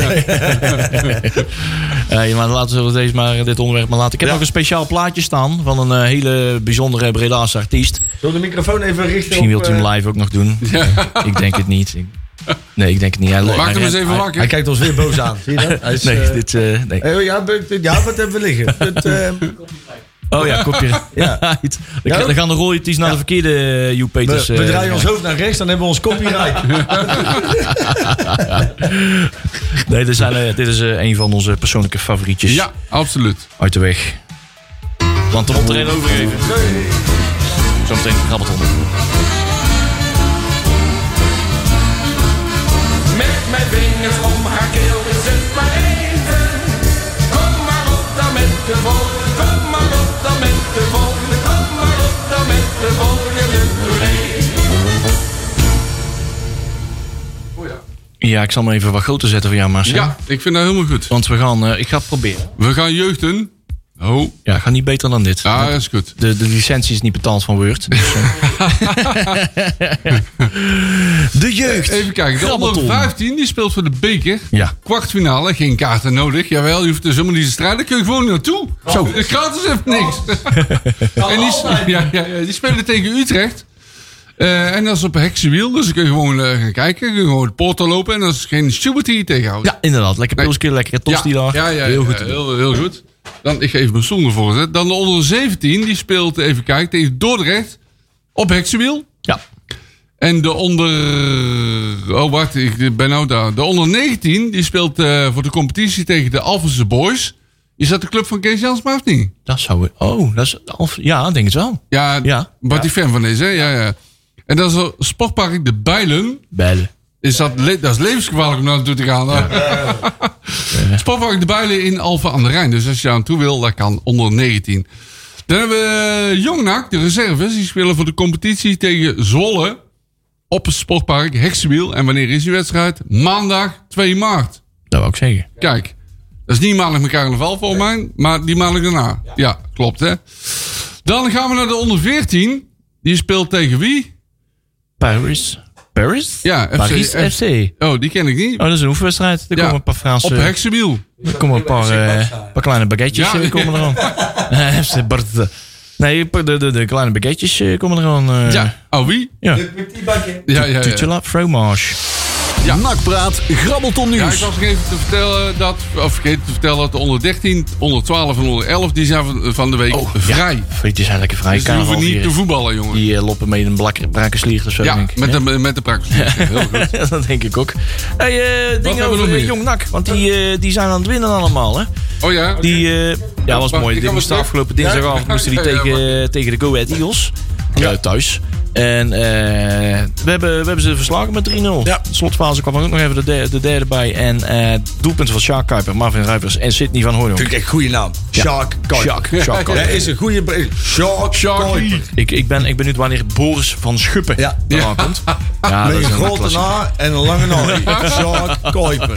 uh, maar laten we deze maar, dit onderwerp maar laten. Ik heb Ja. nog een speciaal plaatje staan van een uh, hele bijzondere Bredaanse artiest. Zullen we de microfoon even richten Misschien op... wilt u hem eh, live ook nog doen. Ik denk het niet. Ik- nee, ik denk het niet. Hij, Maak hij- hem eens hij- even Hij wakker. kijkt ons weer boos aan. Zie je dat? Hij is, Nee, eh, dit... uh, nee. eh, ja, be- ja, wat hebben we liggen? Het, eh, Oh ja, kopje. Ja. Dan Ja. dan gaan de royalties naar de verkeerde uh, Joep we, Peters. we uh, draaien ons hoofd naar rechts, dan hebben we ons copyright. Nee, dit, zijn, uh, dit is uh, een van onze persoonlijke favorietjes. Ja, absoluut. Uit de weg. Want er wordt er een overgeven. Zometeen grabbelt onder. Met mijn vingers om haar keel is het maar even. Kom maar op dan met de volgende. Kom maar op dan met de volgende. Kom maar op dan met de volgende tournee. Ja, ik zal hem even wat groter zetten voor jou, Marcel. Ja, ik vind dat helemaal goed. Want we gaan, uh, ik ga het proberen. We gaan jeugden Oh, Ja, gaat niet beter dan dit. ja, dat is goed. De, de licentie is niet betaald van Word. Dus, uh. De jeugd. Even kijken, de Grabbelton. onder vijftien die speelt voor de beker. Ja. Kwartfinale, geen kaarten nodig. Jawel, je hoeft dus helemaal niet te strijden. Daar kun je gewoon naartoe. Zo. De gratis heeft niks. en die, ja, ja, ja, die spelen tegen Utrecht. Uh, en dat is op een heksenwiel. Dus dan kun je gewoon uh, gaan kijken. Kun je gewoon de poort lopen. En dat is geen Schubert die je tegenhoudt. Ja, inderdaad. Lekker Nee. pilsje, lekkere tosti ja, daar. Ja, ja, heel ja, goed. ja, heel, heel goed. Dan, ik ga even mijn stoel ervoor zetten. Dan de onder zeventien, die speelt, even kijken, tegen Dordrecht. Op heksenwiel. Ja. En de onder... Oh, wacht, ik ben nou daar. De onder negentien, die speelt uh, voor de competitie tegen de Alphense Boys. Is dat de club van Kees Jansma of niet? Dat zou... Oh, dat is... Ja, ik denk het wel. Ja, Ja. wat die fan van is, hè? Ja, ja. En dat is het sportpark De Bijlen. Bellen. Is dat, le- dat is levensgevaarlijk om daar naartoe te gaan. Ja. Sportpark De Bijlen in Alphen aan de Rijn. Dus als je daar naartoe wil, dat kan onder negentien. Dan hebben we uh, Jongnak, de reserves. Die spelen voor de competitie tegen Zwolle. Op het sportpark Heksenwiel. En wanneer is die wedstrijd? Maandag twee maart. Dat wou ik zeggen. Kijk, dat is niet maandag met carnaval voor mij. Maar die maandag daarna. Ja, klopt hè. Dan gaan we naar de onder veertien. Die speelt tegen wie? Paris. Paris? Ja, F C. Paris F C. Oh, die ken ik niet. Oh, dat is een oefenwedstrijd. Er Ja, komen een paar Franse... Op Heksenwiel. Er komen een paar, uh, paar kleine baguetjes Ja. uh, komen er aan. F C Bart. Nee, de, de, de kleine baguetjes uh, komen er aan. Uh, Ja. Oh, wie? Ja. Ja, ja, ja. Tutela fromage. Ja. Nakpraat, Grabbelton Ja, ik Nieuws. was vergeten te vertellen dat, of vergeten te vertellen dat de onder dertien, onder twaalf en onder elf, die zijn van, van de week vrij. Die zijn lekker vrij. Dus die hoeven niet te Carnaval voetballen, jongen. Die uh, lopen mee in een blak- brakenslier of zo, Ja, denk ik. met Ja? de, met de praktisch. Heel goed. Ja, dat denk ik ook. Hey, uh, dingen hebben we over nog uh, meer? Jong Nak. Want die, uh, die zijn aan het winnen allemaal, hè. Oh ja? Die, uh, ja, was Wacht, mooi. ik Dit ga moest maar terug. afgelopen dinsdagavond Ja. moesten die Ja, ja, tegen, tegen de Go Ahead Eagles. Ja. Thuis. En uh, we, hebben, we hebben ze verslagen met drie nul. Ja. De slotfase kwam er ook nog even de derde, de derde bij. En uh, doelpunten van Sjaak Kuiper, Marvin Ruijvers en Sidney van Hooijdonk. Vind ik echt een goede naam. Shark Kuiper. Sjaak, Sjaak Dat Kuiper. is een goede... bre- Shark Kuiper. Ik, ik, ben, ik ben benieuwd wanneer Boris van Schuppen Ja. eraan komt. Ja, Met dat is een een grote klasse. na en een lange naai. Shark Kuiper.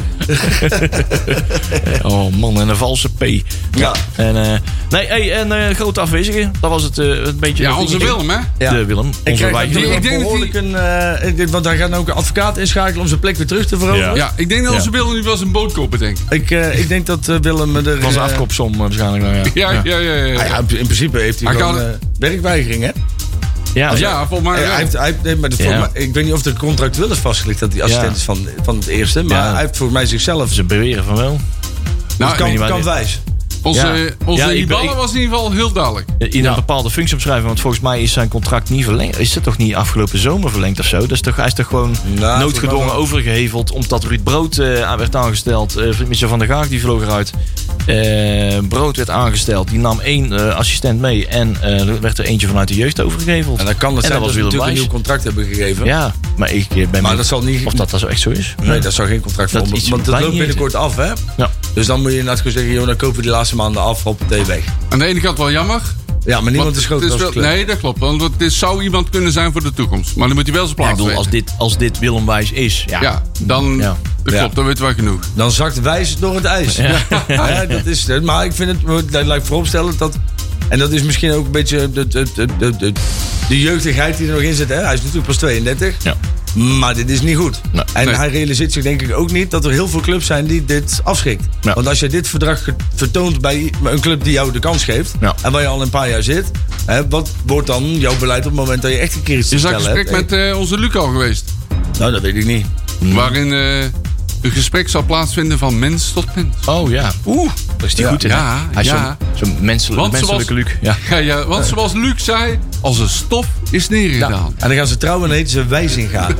Oh man, en een valse P. Ja. En, uh, nee, hey, en uh, grote afwezige. Dat was het uh, een beetje... Ja, onze Willem, hè? Ja. De Willem, Ik onze krijg wijze. natuurlijk Ik denk dat behoorlijk een... eh, ik- want daar gaat nou ook een advocaat inschakelen om zijn plek weer terug te veroveren. Ja, ik denk dat Ja. onze Willem nu wel eens een boot kopen, denk ik. Ik, eh, ik denk dat eh, Willem er... Van zijn eh, afkoopsom uh, waarschijnlijk. Nou, ja. Ja, ja, ja. ja, ja. ah ja, in principe heeft hij Hij gewoon kan- eh, werkweigering, hè? Ja, Ja, volgens mij Hij, wel. hij heeft, hij heeft- nee, maar dat Ja. volgens mij- ik weet niet of er contractueel is vastgelegd dat hij assistent Ja. is van, van het eerste. Maar Ja. hij heeft volgens mij zichzelf... ze beweren van wel. Nou, kan, niet waar kan dit- wijs. Onze, Ja. onze Ja, ik- Ibala ik- was in ieder geval heel duidelijk. In een bepaalde functieomschrijving, want volgens mij is zijn contract niet verlengd. Is het toch niet afgelopen zomer verlengd of zo? Dat is toch, hij is toch gewoon Nou, noodgedwongen volgens mij overgeheveld omdat Ruud Brood uh, werd aangesteld. Uh, Michel van der Gaag die vloog eruit. Uh, Brood werd aangesteld. Die nam één uh, assistent mee en uh, er werd er eentje vanuit de jeugd overgeheveld. En dan kan het En zijn dat dat was ze Willem natuurlijk een nieuw Wijs. contract hebben gegeven. Ja, maar ik ben Maar benieuwd dat zal niet... of dat, dat zo echt zo is. Nee, dat zal geen contract Dat voor. iets Want het bij loopt niet binnenkort af, hè? Ja. Dus dan moet je inderdaad gewoon zeggen, joh, dan kopen we die laatste maanden af, op de weg. Aan de ene kant wel jammer. Ja, maar niemand want is groter het dan de wel- club. Nee, dat klopt. Want het is, zou iemand kunnen zijn voor de toekomst. Maar dan moet hij wel zijn Ja, ik plaats bedoel, als weten. dit, als dit Willem Wijs is. Ja, Ja, dan... Ja. Dat Ja. klopt, dan weten wij genoeg. Dan zakt wijs door het ijs. Ja. Ja, dat is het. Maar ik vind het, dat laat ik vooropstellen dat... En dat is misschien ook een beetje de, de, de, de, de, de jeugdigheid die er nog in zit. Hè? Hij is natuurlijk pas tweeëndertig. Ja. Maar dit is niet goed. Nee. En Nee. hij realiseert zich denk ik ook niet dat er heel veel clubs zijn die dit afschrikt. Ja. Want als je dit verdrag ge- vertoont bij een club die jou de kans geeft... Ja. en waar je al een paar jaar zit... Hè, wat wordt dan jouw beleid op het moment dat je echt een keer iets te Is dat stellen gesprek hebt? met eh, onze Luc al geweest? Nou, dat weet ik niet. Waarin eh, een gesprek zal plaatsvinden van mens tot mens. Oh ja. Oeh, dat is die Ja. goed in. hè? Ja, Hij is ja. zo'n zo'n menselijk, Want menselijke zoals- Luc. Ja. Ja, ja, want zoals Luc zei, als een stof is neergedaan. En dan gaan ze trouwen en heten ze wijzing gaan.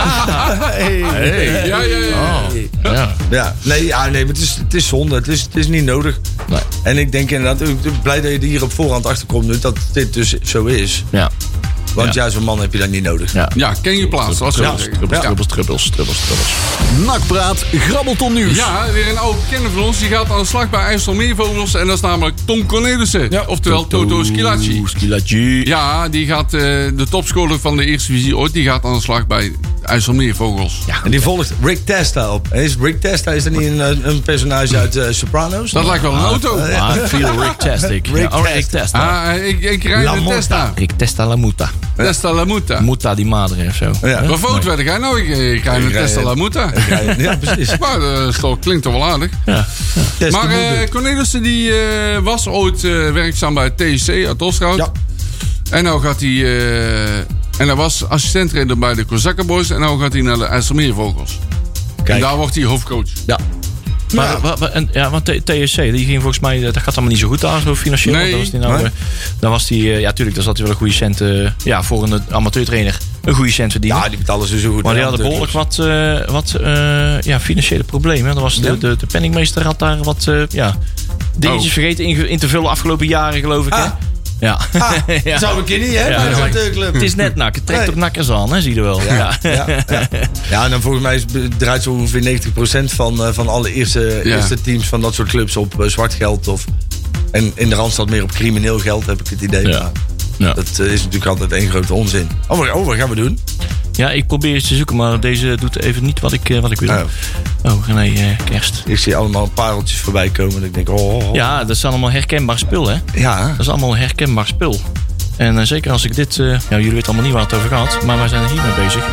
Hey. Ja, ja, ja. ja. Ja. Ja, nee, ja, nee, maar het is, het is zonde. Het is, het is niet nodig. Nee. En ik denk inderdaad, ik ben blij dat je er hier op voorhand achter komt nu, dat dit dus zo is. Ja. Want Ja. ja, zo'n man heb je dan niet nodig. Ja. Ja, ken je plaats. Als Trubbels, zo trubbels, ja. trubbels, trubbels, trubbels, trubbels. Nakpraat, Grabbelton Nieuws. Ja, weer een oude bekende van ons. Die gaat aan de slag bij IJsselmeervogels. En dat is namelijk Tom Cornelissen. Oftewel Toto Schilacci. Schilacci. Ja, die gaat, eh, de topscorer van de eerste divisie ooit, die gaat aan de slag bij IJsselmeervogels. Ja, En die volgt Rick Testa op. Is Rick Testa, is dat niet een, een personage uit uh, Sopranos? Dat lijkt wel een auto. Ah, I feel Rick-tastic. Rick Ja, oh, Rick Testa. Testa. Ah, ik, ik rijd La een Monta. Tesla. Rick Testa la muta. Testa La Muta. Muta di madre of zo. Ja. Wat fout werd ik? Nou, ik, ik rijd een Ik rijd- Tesla La Muta. Ja, ja, precies. Maar dat is toch- klinkt toch wel aardig. Ja. Testa Maar Moeder. eh, Cornelissen die eh, was ooit eh, werkzaam bij T C uit Ostroud. Ja. En nou gaat hij... eh, en hij was assistent-trainer bij de Kozakkenboys. En nou gaat hij naar de IJsselmeervogels. En Kijk. daar wordt hij hoofdcoach. Ja. Maar, Ja. wa- wa- en, ja, want T- TSC, die ging volgens mij, dat gaat allemaal niet zo goed daar, zo financieel. Nee. Want daar was die nou, Nee. eh, daar was die, eh, ja, tuurlijk, daar zat hij wel een goede cent, eh, ja, voor een amateurtrainer, een goede cent verdienen. Ja, die betalen ze zo goed. Maar die Ja, hadden behoorlijk natuurlijk. wat, eh, wat eh, ja, financiële problemen. Er was de, Ja. de, de penningmeester had daar wat eh, ja, dingetjes Oh. vergeten in, in te vullen afgelopen jaren, geloof ik. Hè? Ah. Ja. Ah, Ja. zou ik niet, hè? Ja, bij ja. de amateurclub. Het is net nak. Het trekt Nee. op nakkers aan, hè, zie je wel. Ja. Ja, ja, ja. ja, en dan volgens mij is, draait zo ongeveer negentig procent van, uh, van alle eerste, Ja. eerste teams van dat soort clubs op uh, zwart geld. Of, en in de Randstad meer op crimineel geld, heb ik het idee. Ja. Maar Ja. dat uh, is natuurlijk altijd één grote onzin. Oh, wat, oh, wat gaan we doen? Ja, ik probeer eens te zoeken, maar deze doet even niet wat ik, eh, wat ik wil. Oh. Oh, nee, eh, kerst. Ik zie allemaal pareltjes voorbij komen. En ik denk, oh, oh. Ja, dat is allemaal herkenbaar spul, hè? Ja. Dat is allemaal herkenbaar spul. En uh, zeker als ik dit... Uh, ja, jullie weten allemaal niet waar het over gaat, maar wij zijn er hiermee bezig.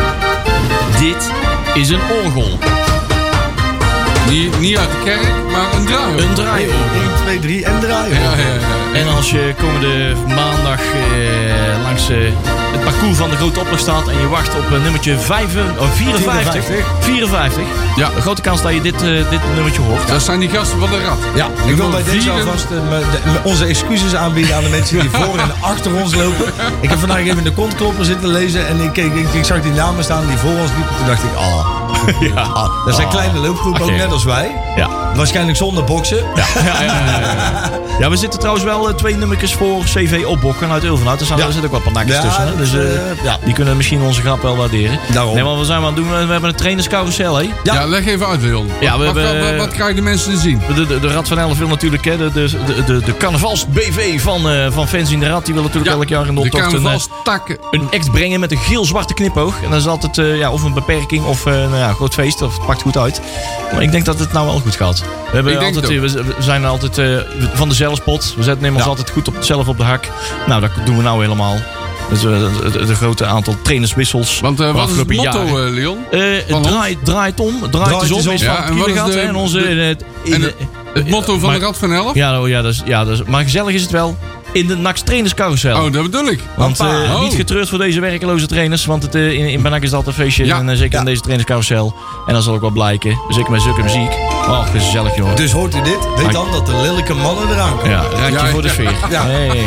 Dit is een orgel. Niet, niet uit de kerk, maar een draaier. Een draaiorgel. één, twee, drie en draaien. Ja, ja, ja. En als je komende maandag uh, langs uh, het parcours van de Grote Opslag staat en je wacht op uh, nummertje vijf, oh, vierenvijftig. vierenvijftig. Ja. Een grote kans dat je dit, uh, dit nummertje hoort. Dat zijn die gasten van de rat. Ja, ik wil bij deze vier- alvast uh, me- de- me- onze excuses aanbieden aan de mensen die voor en achter ons lopen. Ik heb vandaag even de kontklopper zitten lezen en ik, keek, ik, ik zag die namen staan die voor ons liepen. Toen dacht ik, ah, Ja. ah. Dat zijn Ah. kleine loopgroepen, ook Oké. net als wij. Ja. Waarschijnlijk zonder boksen. Ja, ja, ja, ja. Ja, we zitten trouwens wel uh, twee nummertjes voor C V Opbokken uit Ulvenhout. Er, staan, Ja. er zitten ook wat pannakjes Ja, tussen. Hè? dat, Dus uh, uh, ja. die kunnen misschien onze grap wel waarderen. Daarom. Nee, maar wat zijn we aan het doen? We hebben een trainerscarousel, hè? Ja. Ja, leg even uit, Leon. Ja, we wat, hebben- wat, wat, wat krijgen de mensen te zien? De, de, de Rad van Elf wil natuurlijk, hè, de, de, de, de, de carnavals-B V van, uh, van Fans in de Rad. Die wil natuurlijk elk jaar in de de optocht een, uh, carnavalstakken. een act brengen met een geel-zwarte knipoog. En dat is altijd uh, ja, of een beperking of uh, nou ja, een groot feest. Of het pakt goed uit. Maar ik denk dat het nou wel goed gaat. We, hebben Ik denk altijd, het we, we zijn altijd uh, van de zelfspot. We zetten nemen ons Ja. altijd goed op, zelf op de hak. Nou, dat doen we nou helemaal. Dus uh, het grote aantal trainerswissels. Want uh, van wat is het afgelopen motto, jaren. uh, Leon? Uh, Van ons? draai, draait om. Draait Draait is is om. om. Is Ja, van en wat is Kieler de- gaat, hè, en onze, de- in het, in en de- Het motto van maar- de Rad van Elf? Ja, oh, ja, dat is, ja dat is, maar gezellig is het wel. In de N A C trainerscarousel. Oh, dat bedoel ik. Want Hoppa. uh, Oh. niet getreurd voor deze werkeloze trainers. Want het, uh, in, in Banak is het altijd een feestje. Ja. En uh, zeker Ja. in deze trainerscarousel. En dat zal ook wel blijken. Zeker met zulke muziek. Oh, gezellig joh. Dus hoort u dit? Weet dan dat de lelijke mannen eraan komen. Ja, raak je Ja, voor de ja. sfeer. Ja. Nee.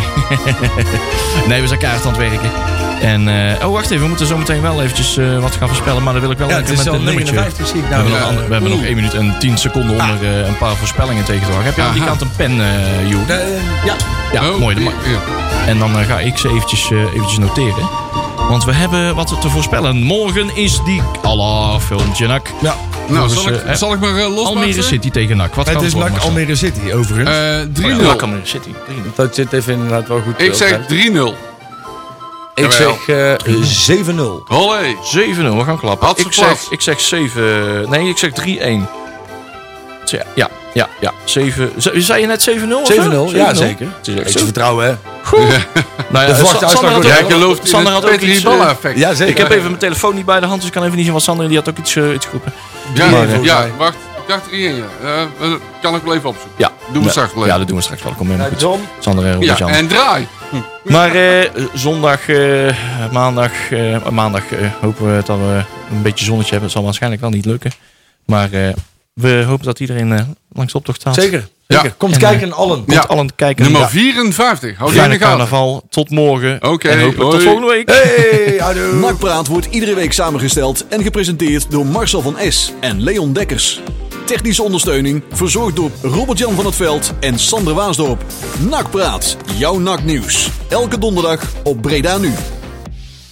nee, we zijn keihard aan het werken. En, uh, oh, wacht even. We moeten zo meteen wel eventjes uh, wat gaan voorspellen. Maar dan wil ik wel Ja, lekker het is met al een nummertje. negenenvijftig zie ik We nou. hebben, Ja. nog, ander- we hebben nog Oeh. één minuut en tien seconden om er uh, een paar voorspellingen tegen te houden. Heb je aan die Aha. kant een pen, uh, Joep? Eh, ja. Ja, Oh, mooi. Dan ma- ja. En dan uh, ga ik ze eventjes, uh, eventjes noteren. Want we hebben wat te voorspellen. Morgen is die... Allah, filmpje N A C. ja. Nou, Volgens, zal ik, eh, zal ik maar uh, losmaken? Almere City tegen N A C. Wat Het kan is worden, N A C Marcel? Almere City, overigens. Uh, Oh drie ja, nul. N A C Almere City. drie nul. dat zit even inderdaad wel goed. Ik op, zeg hè. drie nul. Ik zeg uh, zeven nul. Hollé. zeven nul, we gaan klappen. Had ze Ik zeg, geklapt. ik zeg zeven... Nee, ik zeg drie een. Ja, ja, ja. ja. zeven, ze- zei je net zeven nul? of zo? zeven nul, ja zeker. Het is echt Beetje zo. vertrouwen, hè? Nou ja, De Sa- verwachte Sander uitslag had wordt- ook- Jij gelooft in Sander had het ook iets... Petri eh, Balla effect. Ja, zeker. Ik heb even mijn telefoon niet bij de hand, dus ik kan even niet zien wat Sander... Die had ook iets, uh, iets geroepen. Ja, Maar, ja, volgens ja, mij. wacht. Ik dacht drie één. Ja. Uh, kan ik wel even opzoeken. Ja. Doen we Ja. straks wel Ja, even. dat doen we straks wel. Kom helemaal goed. John. Sander en Ja, Robert-Jan. en draai. Maar eh, zondag, eh, maandag, eh, maandag eh, hopen we dat we een beetje zonnetje hebben. Het zal waarschijnlijk wel niet lukken. Maar eh, we hopen dat iedereen eh, langs de optocht staat. Zeker. Zeker. Ja. Komt En, kijken allen. Komt Ja. allen kijken. Nummer Ja. vierenvijftig. Hou die in Fijne de gaten. carnaval. Tot morgen. Oké, En hopelijk tot hoi. volgende week. Hey, houdoe. Nakpraat wordt iedere week samengesteld en gepresenteerd door Marcel van S. en Leon Dekkers. Technische ondersteuning verzorgd door Robert-Jan van het Veld en Sander Waasdorp. Nakpraat, jouw N A C nieuws. Elke donderdag op Breda Nu.